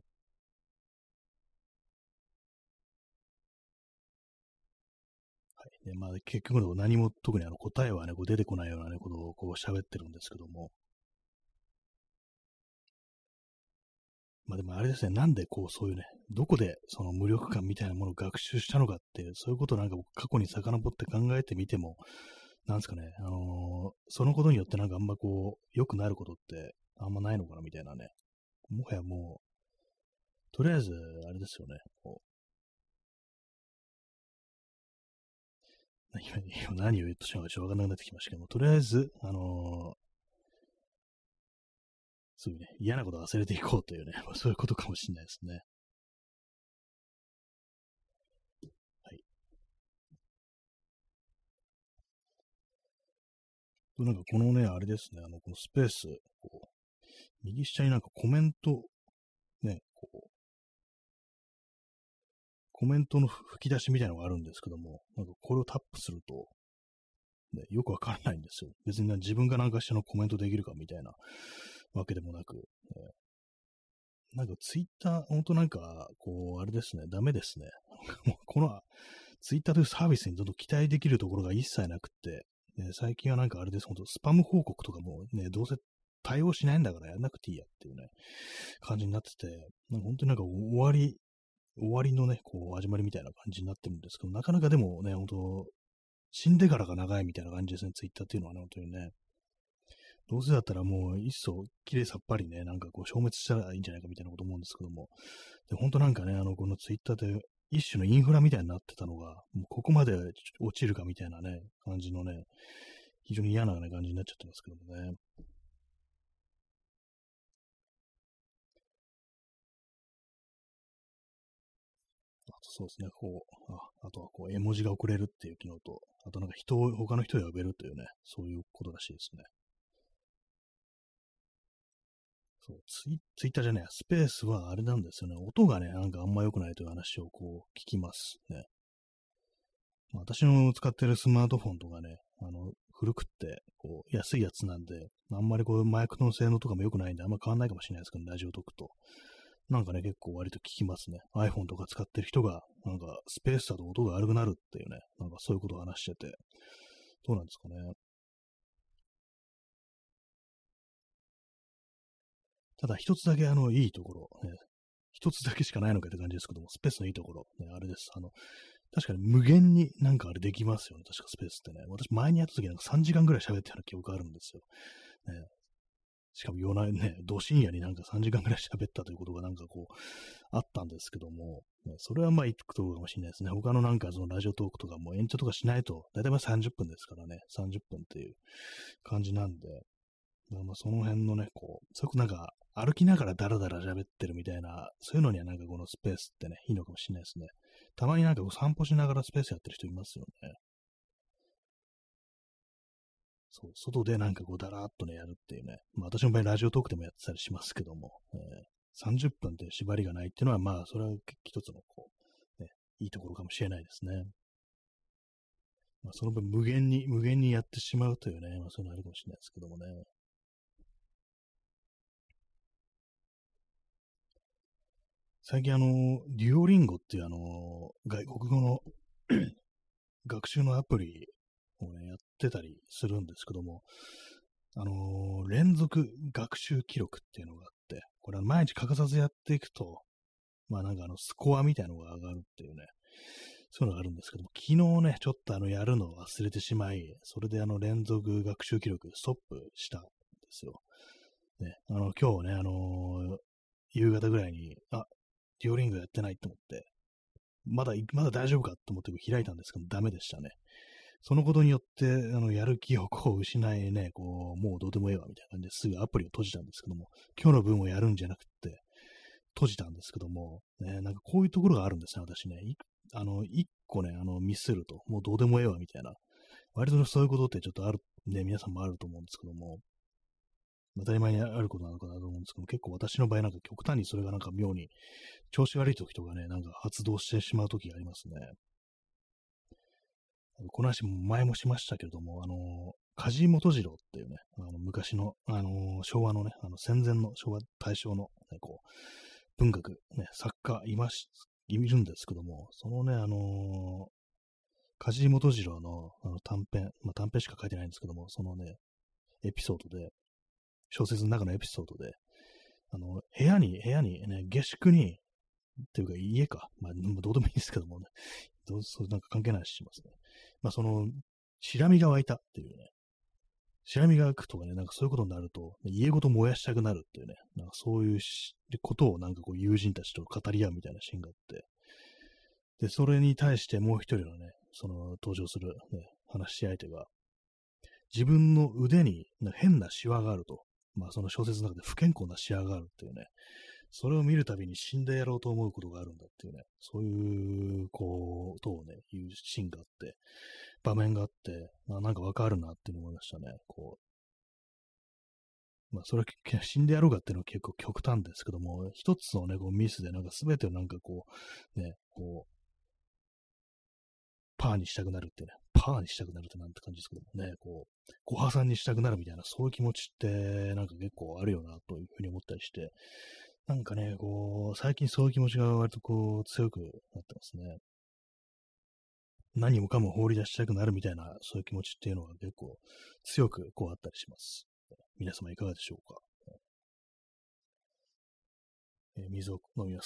はい。で、まあ結局のところ何も特にあの答えはね、こう出てこないようなね、ことをこう喋ってるんですけども。 まあでもあれですね、なんでこうそういうね、どこでその無力感みたいなものを学習したのかって、そういうことをなんか僕過去に遡って考えてみても、なんですかね、あのーそのことによってなんかあんまこう、良くなることってあんまないのかなみたいなね。もはやもう、とりあえず、あれですよね、こう、今今何を言うとしたのかちょっとわかんなくなってきましたけども、とりあえず、あのーそういうね、嫌なことを忘れていこうというね、まあ、そういうことかもしれないですね。はい。なんかこのね、あれですね、あの、このスペース、こう、右下になんかコメント、ね、こう、コメントの吹き出しみたいなのがあるんですけども、なんかこれをタップすると、ね、よくわからないんですよ。別にな自分が何かしらのコメントできるかみたいなわけでもなく、ね、なんかツイッター、ほんとなんか、こう、あれですね、ダメですね。もうこのツイッターというサービスにどんどん期待できるところが一切なくって、ね、最近はなんかあれです、ほんとスパム報告とかもね、どうせ対応しないんだからやんなくていいやっていうね、感じになってて、なんか本当になんか終わり、終わりのね、こう始まりみたいな感じになってるんですけど、なかなかでもね、本当死んでからが長いみたいな感じですね、ツイッターっていうのはね、本当にね。どうせだったらもう、いっそ、きれいさっぱりね、なんかこう、消滅したらいいんじゃないかみたいなこと思うんですけども。で、本当なんかね、あの、このツイッターで、一種のインフラみたいになってたのが、もうここまで落ちるかみたいなね、感じのね、非常に嫌な、ね、感じになっちゃってますけどもね。あとそうですね、こう、あ、あとはこう、絵文字が送れるっていう機能と、あとなんか人を、他の人を呼べるというね、そういうことらしいですね。そう、ツイツイッターじゃねえ、スペースはあれなんですよね。音がね、なんかあんま良くないという話をこう聞きますね。まあ、私の使ってるスマートフォンとかね、あの、古くって、こう、安いやつなんで、あんまりこう、マイクの性能とかも良くないんで、あんま変わんないかもしれないですけど、ラジオトークと。なんかね、結構割と聞きますね。iPhone とか使ってる人が、なんか、スペースだと音が悪くなるっていうね、なんかそういうことを話してて、どうなんですかね。ただ一つだけあの、いいところ、ね、一つだけしかないのかって感じですけども、スペースのいいところ、ね、あれです。あの、確かに無限になんかあれできますよね。確かスペースってね。私前にやった時なんかさんじかんぐらい喋ったような記憶があるんですよ。ね、しかも夜なね、ど深夜になんかさんじかんぐらい喋ったということがなんかこう、あったんですけども、ね、それはまあいいところかもしれないですね。他のなんかそのラジオトークとかも延長とかしないと、だいたいまあさんじゅっぷんですからね、さんじゅっぷんっていう感じなんで、まあ、まあその辺のね、こう、それこそなんか歩きながらダラダラ喋ってるみたいな、そういうのにはなんかこのスペースってね、いいのかもしれないですね。たまになんかこう散歩しながらスペースやってる人いますよね。そう、外でなんかこうだらーっとね、やるっていうね。まあ私の場合ラジオトークでもやってたりしますけども、えー、さんじゅっぷんって縛りがないっていうのはまあそれは一つのこう、ね、いいところかもしれないですね。まあその分無限に、無限にやってしまうというね、まあそういうのあるかもしれないですけどもね。最近あの、デュオリンゴっていうあの、外国語の学習のアプリをね、やってたりするんですけども、あのー連続学習記録っていうのがあって、これは毎日欠かさずやっていくと、まあなんかあの、スコアみたいなのが上がるっていうね、そういうのがあるんですけども、昨日ね、ちょっとあの、やるのを忘れてしまい、それであの、連続学習記録ストップしたんですよ。ね、あの、今日ね、あのー夕方ぐらいに、あ、デュオリングやってないと思って、まだ、まだ大丈夫かと思って開いたんですけど、ダメでしたね。そのことによって、あの、やる気をこう失いね、こう、もうどうでもいいわ、みたいな感じですぐアプリを閉じたんですけども、今日の分をやるんじゃなくて、閉じたんですけども、ね、なんかこういうところがあるんですね、私ね。いあの、一個ね、あの、ミスると、もうどうでもええわ、みたいな。割とそういうことってちょっとある、ね、皆さんもあると思うんですけども、当たり前にあることなのかなと思うんですけども、結構私の場合なんか極端にそれがなんか妙に調子悪い時とかね、なんか発動してしまう時がありますね。この話も前もしましたけれども、あの、梶本次郎っていうね、あの昔の、あの、昭和のね、あの戦前の昭和大正の、ね、こう、文学、ね、作家いまし、いるんですけども、そのね、あの、梶本次郎のあの短編、まあ短編しか書いてないんですけども、そのね、エピソードで、小説の中のエピソードで、 あの、部屋に、部屋にね、下宿に、っていうか家か。まあ、どうでもいいですけどもね。どうそう、なんか関係ないししますね。まあ、その、シラミが湧いたっていうね。シラミが湧くとかね、なんかそういうことになると、家ごと燃やしたくなるっていうね。なんかそういうことをなんかこう友人たちと語り合うみたいなシーンがあって。で、それに対してもう一人のね、その登場するね、話し相手が、自分の腕に変なシワがあると。まあその小説の中で不健康なシワがあるっていうね。それを見るたびに死んでやろうと思うことがあるんだっていうね。そういう、こう、とをね、言うシーンがあって、場面があって、まあ、なんかわかるなっていうのを思いましたね。こう。まあそれは死んでやろうかっていうのは結構極端ですけども、一つのね、こうミスでなんか全てをなんかこう、ね、こう、パーにしたくなるってね、パーにしたくなるってなんて感じですけどもね、こう、ご破産にしたくなるみたいな、そういう気持ちって、なんか結構あるよな、というふうに思ったりして、なんかね、こう、最近そういう気持ちが割とこう、強くなってますね。何もかも放り出したくなるみたいな、そういう気持ちっていうのが結構強くこうあったりします。皆様いかがでしょうか。えー水を飲みます。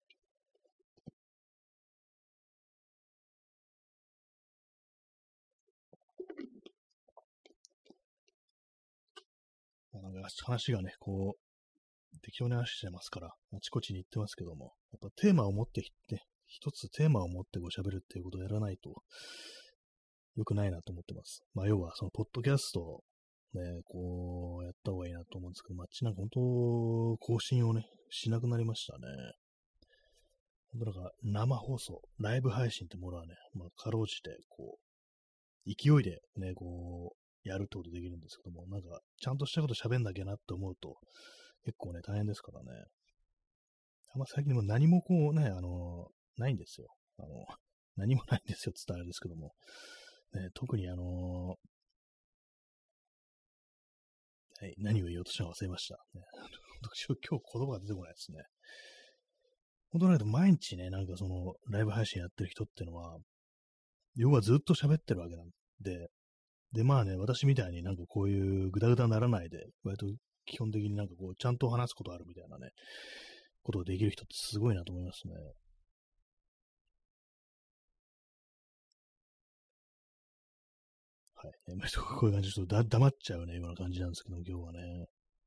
なんか話がね、こう、適当に話してますから、あちこちに行ってますけども、やっぱテーマを持ってきて、一つテーマを持ってご喋るっていうことをやらないと良くないなと思ってます。まあ、要は、その、ポッドキャストをね、こう、やった方がいいなと思うんですけど、まあっちなんか本当、更新をね、しなくなりましたね。本当なんか、生放送、ライブ配信ってものはね、まあ、かろうじて、こう、勢いでね、こう、やるってことできるんですけども、なんか、ちゃんとしたこと喋んなきゃなって思うと、結構ね、大変ですからね。あんま最近でも何もこうね、あの、ないんですよ。あの、何もないんですよ、つったらあれですけども。ね、特にあの、はい、何を言おうとしたの忘れました。ね、今日言葉が出てこないですね。本当なんか毎日ね、なんかその、ライブ配信やってる人ってのは、要はずっと喋ってるわけなんで、で、まあね、私みたいになんかこういうぐだぐだならないで、割と基本的になんかこう、ちゃんと話すことあるみたいなね、ことができる人ってすごいなと思いますね。はい。ね、こういう感じで、ちょっとだ黙っちゃうね、ような感じなんですけども、今日はね。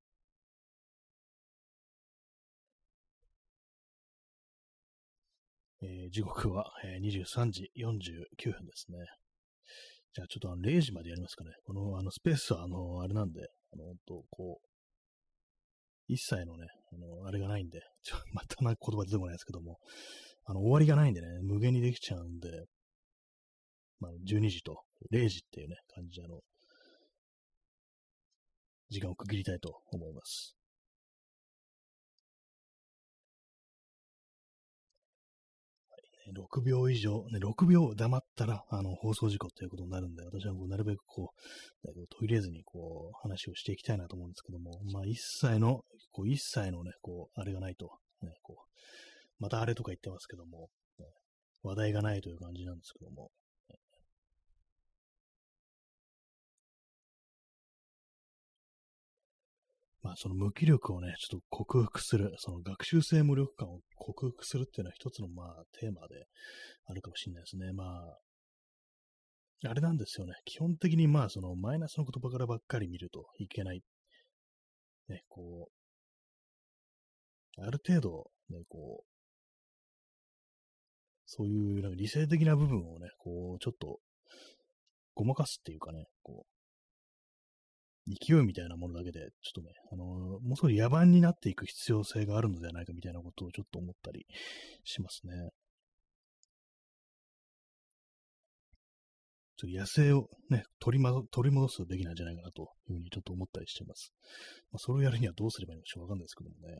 えー時刻は、えーにじゅうさんじよんじゅうきゅうふんですね。じゃあちょっとあのれいじまでやりますかね。このあのスペースはあの、あれなんで、あの、ほんとこう、一切のね、あの、あれがないんで、ちょまたな言葉出てこないですけども、あの、終わりがないんでね、無限にできちゃうんで、まあ、じゅうにじとれいじっていうね、感じで、あの、時間を区切りたいと思います。ろくびょう以上、ね、ろくびょう黙ったら、あの、放送事故ということになるんで、私はこうなるべくこう、途切れずに、こう、話をしていきたいなと思うんですけども、まあ、一切の、こう、一切のね、こう、あれがないと、ね、こう、またあれとか言ってますけども、ね、話題がないという感じなんですけども、まあ、その無気力をね、ちょっと克服する、その学習性無力感を克服するっていうのは一つの、まあ、テーマであるかもしれないですね。まあ、あれなんですよね。基本的にまあ、そのマイナスの言葉からばっかり見るといけない。ね、こう、ある程度、ね、こう、そういうなんか理性的な部分をね、こう、ちょっとごまかすっていうかね、こう、勢いみたいなものだけで、ちょっとね、あのーもう少し野蛮になっていく必要性があるのではないかみたいなことをちょっと思ったりしますね。ちょっと野生をね、取りま、取り戻すべきなんじゃないかなというふうにちょっと思ったりしています。まあ、それをやるにはどうすればいいのかちょっとわかんないですけどもね。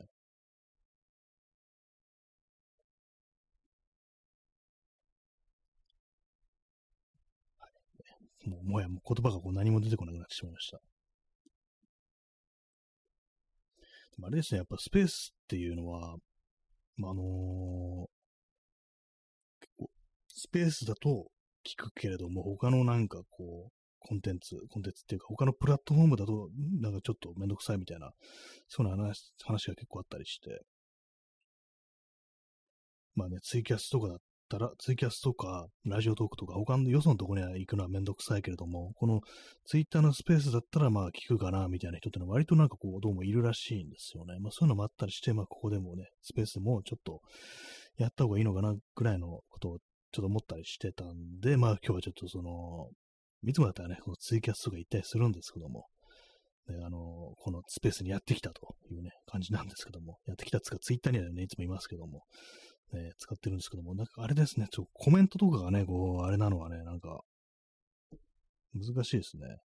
もう、もはやもう言葉がこう何も出てこなくなってしまいました。でもあれですね、やっぱスペースっていうのは、まあ、あのースペースだと聞くけれども、他のなんかこう、 コンテンツ、コンテンツっていうか、他のプラットフォームだと、なんかちょっとめんどくさいみたいな、そういう話話が結構あったりして、まあね、ツイキャスとかだったら、ツイキャスとか、ラジオトークとか、他のよそのところには行くのはめんどくさいけれども、このツイッターのスペースだったら、まあ聞くかな、みたいな人ってのは割となんかこう、どうもいるらしいんですよね。まあそういうのもあったりして、まあここでもね、スペースもちょっとやった方がいいのかな、ぐらいのことをちょっと思ったりしてたんで、まあ今日はちょっとその、いつもだったらね、このツイキャスとか行ったりするんですけども、ね、あの、このスペースにやってきたというね、感じなんですけども、やってきたつか、ツイッターにはね、いつもいますけども、ね、使ってるんですけども、なんかあれですね、ちょコメントとかがね、こう、あれなのはね、なんか、難しいですね。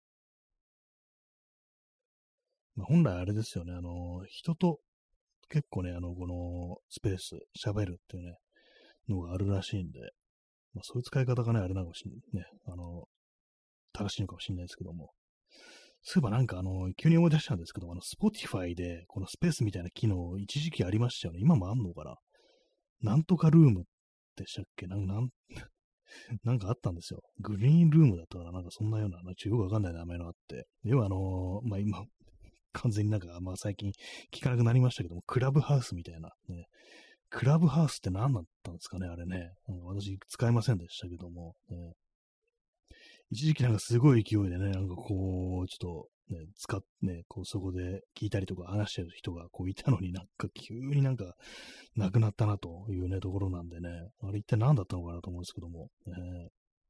まあ、本来あれですよね、あの、人と結構ね、あの、このスペース、喋るっていうね、のがあるらしいんで、まあ、そういう使い方がね、あれなのかもしんね、あの、正しいのかもしれないですけども、そういえばなんかあの、急に思い出したんですけども、あの、Spotify で、このスペースみたいな機能、一時期ありましたよね。今もあんのかな。なんとかルームでしたっけなん、なん、なんかあったんですよ。グリーンルームだったかななんかそんなような、なんかよくわかんない名前のあって。要はあのーまあ、今、完全になんか、まあ最近聞かなくなりましたけども、クラブハウスみたいな、ね。クラブハウスって何だったんですかねあれね。なんか私使いませんでしたけども、ね、一時期なんかすごい勢いでね、なんかこう、ちょっとね、使っね、こうそこで聞いたりとか話してる人がこういたのになんか急になんかなくなったなというね、ところなんでね、あれ一体何だったのかなと思うんですけども、ね、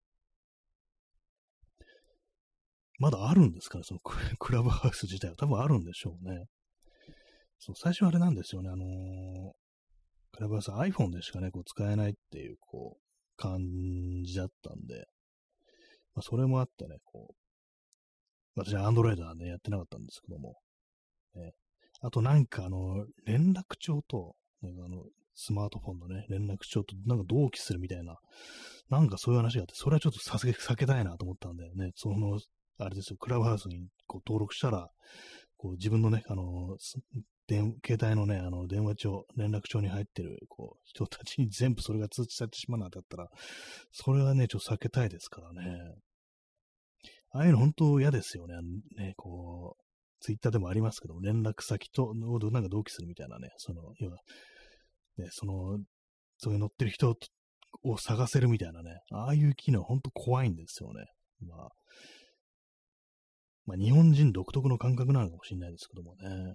まだあるんですかね、そのククラブハウス自体は多分あるんでしょうね。そう、最初あれなんですよね、あのークラブハウス iPhone でしかね、こう使えないっていう、こう、感じだったんで、まあ、それもあってね、こう、私は Android はね、やってなかったんですけども、ね、あとなんかあの、連絡帳と、なんかあの、スマートフォンのね、連絡帳となんか同期するみたいな、なんかそういう話があって、それはちょっとさすがに避けたいなと思ったんだよね。その、あれですよ、クラブハウスにこう登録したら、こう自分のね、あの、電携帯のね、あの、電話帳、連絡帳に入ってる、こう、人たちに全部それが通知されてしまうなんてあったら、それはね、ちょっと避けたいですからね。ああいうの本当嫌ですよね。あのね、こう、ツイッターでもありますけど、連絡先と、なんか同期するみたいなね、その、要は、ね、その、そういう乗ってる人を探せるみたいなね、ああいう機能本当怖いんですよね。まあ、まあ、日本人独特の感覚なのかもしれないですけどもね。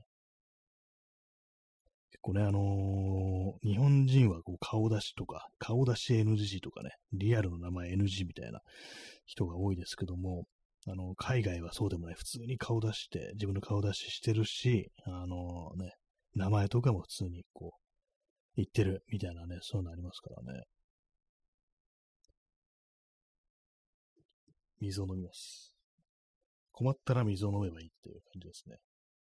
結構ね、あのー日本人はこう顔出しとか、顔出し エヌジー とかね、リアルの名前 エヌジー みたいな人が多いですけども、あの、海外はそうでもない、普通に顔出して、自分の顔出ししてるし、あのね、名前とかも普通にこう、言ってるみたいなね、そういうのありますからね。水を飲みます。困ったら水を飲めばいいっていう感じですね。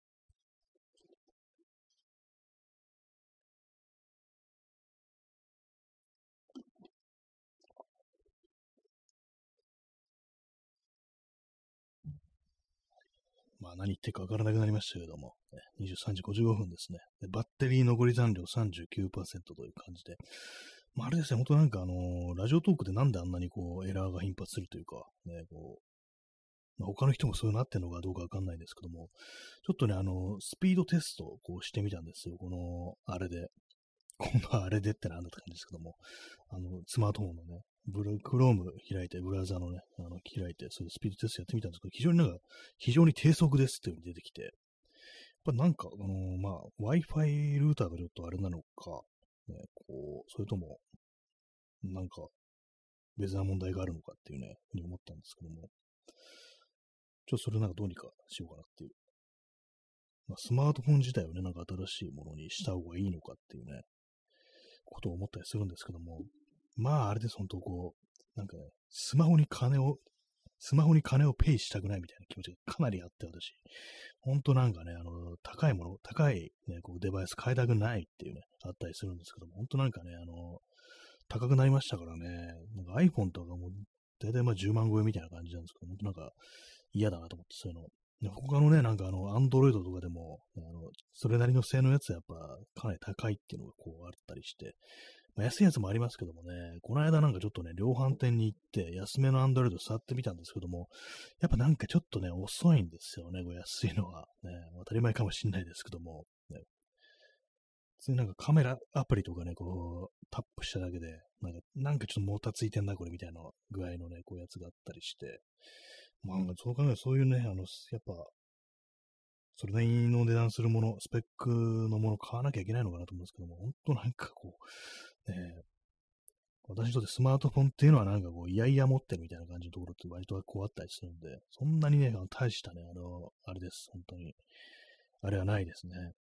まあ何言ってるかわからなくなりましたけれども、ね、にじゅうさんじごじゅうごふんですね。でバッテリー残り残量さんじゅうきゅうパーセントという感じで、まあ、あれですね、本当なんかあのーラジオトークでなんであんなにこうエラーが頻発するというか、ね、こう、まあ、他の人もそういうのあってるのかどうかわかんないですけども、ちょっとね、あの、スピードテストをこうしてみたんですよ。この、あれで。このあれでってなんだった感じですけども、あの、スマートフォンのね、ブルクローム開いて、ブラウザのね、あの、開いて、それでスピードテストやってみたんですけど、非常になんか、非常に低速ですっていう風に出てきて、やっぱなんか、あのーまあ、Wi-Fi ルーターがちょっとあれなのか、ね、こう、それとも、なんか、別な問題があるのかっていうね、ふうに思ったんですけども、ちょっとそれなんかどうにかしようかなっていう。まあ、スマートフォン自体をね、なんか新しいものにした方がいいのかっていうね、ことを思ったりするんですけども、まあ、あれです、本当こう、なんかね、スマホに金を、スマホに金をペイしたくないみたいな気持ちがかなりあって、私。本当なんかね、あの、高いもの、高いね、こうデバイス買いたくないっていうね、あったりするんですけども、本当なんかね、あの、高くなりましたからね、なんか iPhone とかも、だいたいまあじゅうまん超えみたいな感じなんですけど、本当なんか嫌だなと思って、そういうの。で他のね、なんかあの、Android とかでも、あの、それなりの性能のやつはやっぱかなり高いっていうのがこうあったりして、 まあ、安いやつもありますけどもね、この間なんかちょっとね、量販店に行って、安めのアンドロイド触ってみたんですけども、やっぱなんかちょっとね、遅いんですよね、これ安いのは。ね、当たり前かもしれないですけども、ね、普通になんかカメラアプリとかね、こう、タップしただけで、なんか、なんかちょっともたついてんな、これみたいな具合のね、こういうやつがあったりして、まあ、そう考えるとそういうね、あの、やっぱ、それなりの値段するもの、スペックのものを買わなきゃいけないのかなと思うんですけども、本当なんかこう、ね、私にとってスマートフォンっていうのはなんかこう、いやいや持ってるみたいな感じのところって割とこうあったりするんで、そんなにね、あの大したね、あの、あれです、本当に。あれはないですね。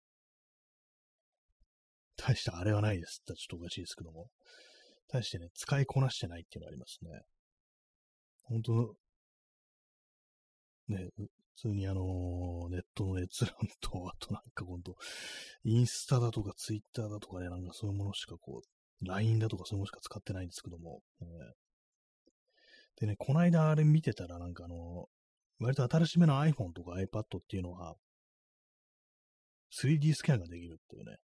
大したあれはないですって言ったらちょっとおかしいですけども。大してね、使いこなしてないっていうのがありますね。本当ね、普通にあのーネットの閲覧と、あとなんかほんと、インスタだとかツイッターだとかね、なんかそういうものしかこう、ライン だとかそういうものしか使ってないんですけども、えーでね、この間あれ見てたらなんかあのー割と新しめの iPhone とか iPad っていうのが スリーディー スキャンができるっていうね、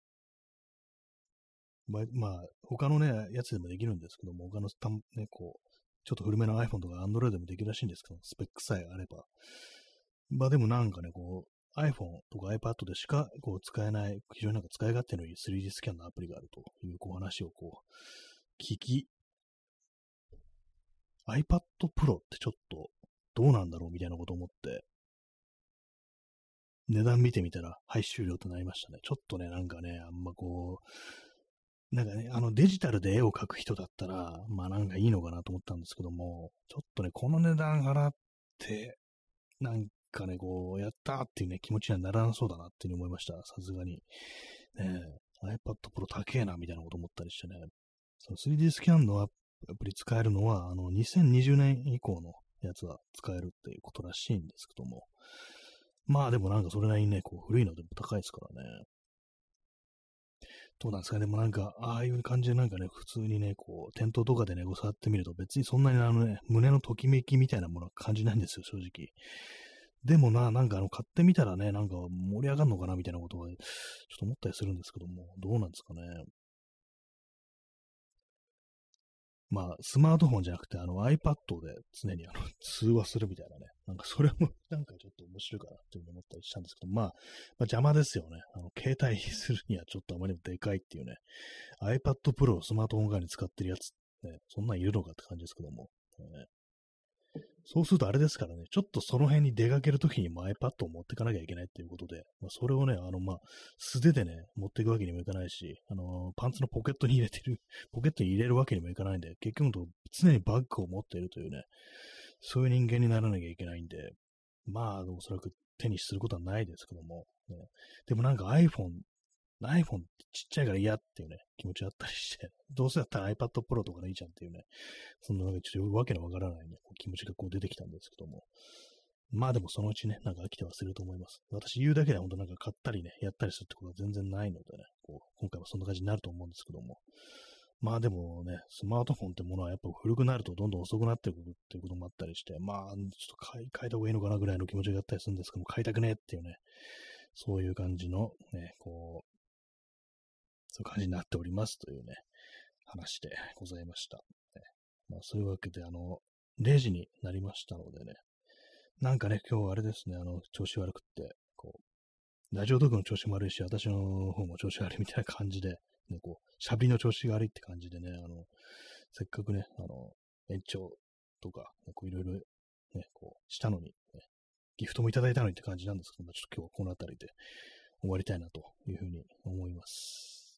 ま、まあ、他のね、やつでもできるんですけども、他のたんね、こう、ちょっと古めの iPhone とか Android でもできるらしいんですけど、スペックさえあれば。まあでもなんかね、こう、iPhone とか iPad でしかこう使えない、非常になんか使い勝手のいい スリーディー スキャンのアプリがあるというこう話をこう、聞き、iPad Pro ってちょっとどうなんだろうみたいなことを思って、値段見てみたら、はい、終了となりましたね。ちょっとね、なんかね、あんまこう、なんかね、あのデジタルで絵を描く人だったら、まあなんかいいのかなと思ったんですけども、ちょっとね、この値段払って、なんかね、こう、やったーっていうね、気持ちにはならなそうだなっていうふうに思いました。さすがに。ね、iPad Pro 高えな、みたいなこと思ったりしてね。その スリーディー スキャンのアプリ使えるのは、あの、にせんにじゅうねん以降のやつは使えるっていうことらしいんですけども。まあでもなんかそれなりにね、こう、古いのでも高いですからね。どうなんですかね。でもなんか、ああいう感じでなんかね、普通にね、こう、店頭とかでね、こう触ってみると別にそんなにあのね、胸のときめきみたいなものは感じないんですよ、正直。でもな、なんかあの、買ってみたらね、なんか盛り上がるのかなみたいなことは、ちょっと思ったりするんですけども、どうなんですかね。まあ、スマートフォンじゃなくて、あの iPad で常にあの通話するみたいなね。なんかそれもなんかちょっと面白いかなっていうふうに思ったりしたんですけど、まあ、まあ、邪魔ですよね。あの、携帯するにはちょっとあまりにもでかいっていうね。iPad Pro をスマートフォン側に使ってるやつ、ね、そんなんいるのかって感じですけども。ね、そうするとあれですからね、ちょっとその辺に出かけるときにも iPad を持っていかなきゃいけないっていうことで、まあ、それをね、あの、まあ、素手でね、持っていくわけにもいかないし、あのーパンツのポケットに入れてる、ポケットに入れるわけにもいかないんで、結局のとこ常にバッグを持っているというね、そういう人間にならなきゃいけないんで、まあ、おそらく手にすることはないですけども、ね、でもなんか iPhone iPhone ってちっちゃいから嫌っていうね、気持ちあったりして、どうせだったら iPad Pro とかでいいじゃんっていうね、そんななんかちょっとわけのわからないね、こう気持ちがこう出てきたんですけども。まあでもそのうちね、なんか飽きてはすると思います。私言うだけで本当なんか買ったりね、やったりするってことは全然ないのでね、こう今回はそんな感じになると思うんですけども。まあでもね、スマートフォンってものはやっぱ古くなるとどんどん遅くなっていくっていうこともあったりして、まあちょっと買い替えた方がいいのかなぐらいの気持ちがあったりするんですけども、買いたくねえっていうね、そういう感じのね、こう、そういう感じになっておりますというね、話でございました。ね、まあ、そういうわけで、あの、れいじになりましたのでね、なんかね、今日あれですね、あの、調子悪くって、こう、ラジオトークの調子も悪いし、私の方も調子悪いみたいな感じで、ね、こう、しゃべりの調子が悪いって感じでね、あの、せっかくね、あの、延長とか、ね、こういろいろね、こう、したのに、ね、ギフトもいただいたのにって感じなんですけども、ちょっと今日はこの辺りで終わりたいなというふうに思います。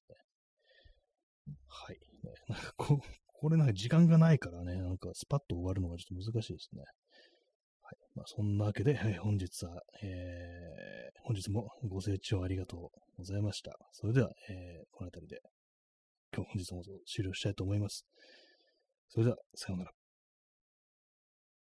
はい。ね、なんかこう、これなんか時間がないからね、なんかスパッと終わるのがちょっと難しいですね。はい。まあ、そんなわけで、はい、本日は、えー、本日もご清聴ありがとうございました。それでは、えー、この辺りで、今日本日も終了したいと思います。それでは、さようなら。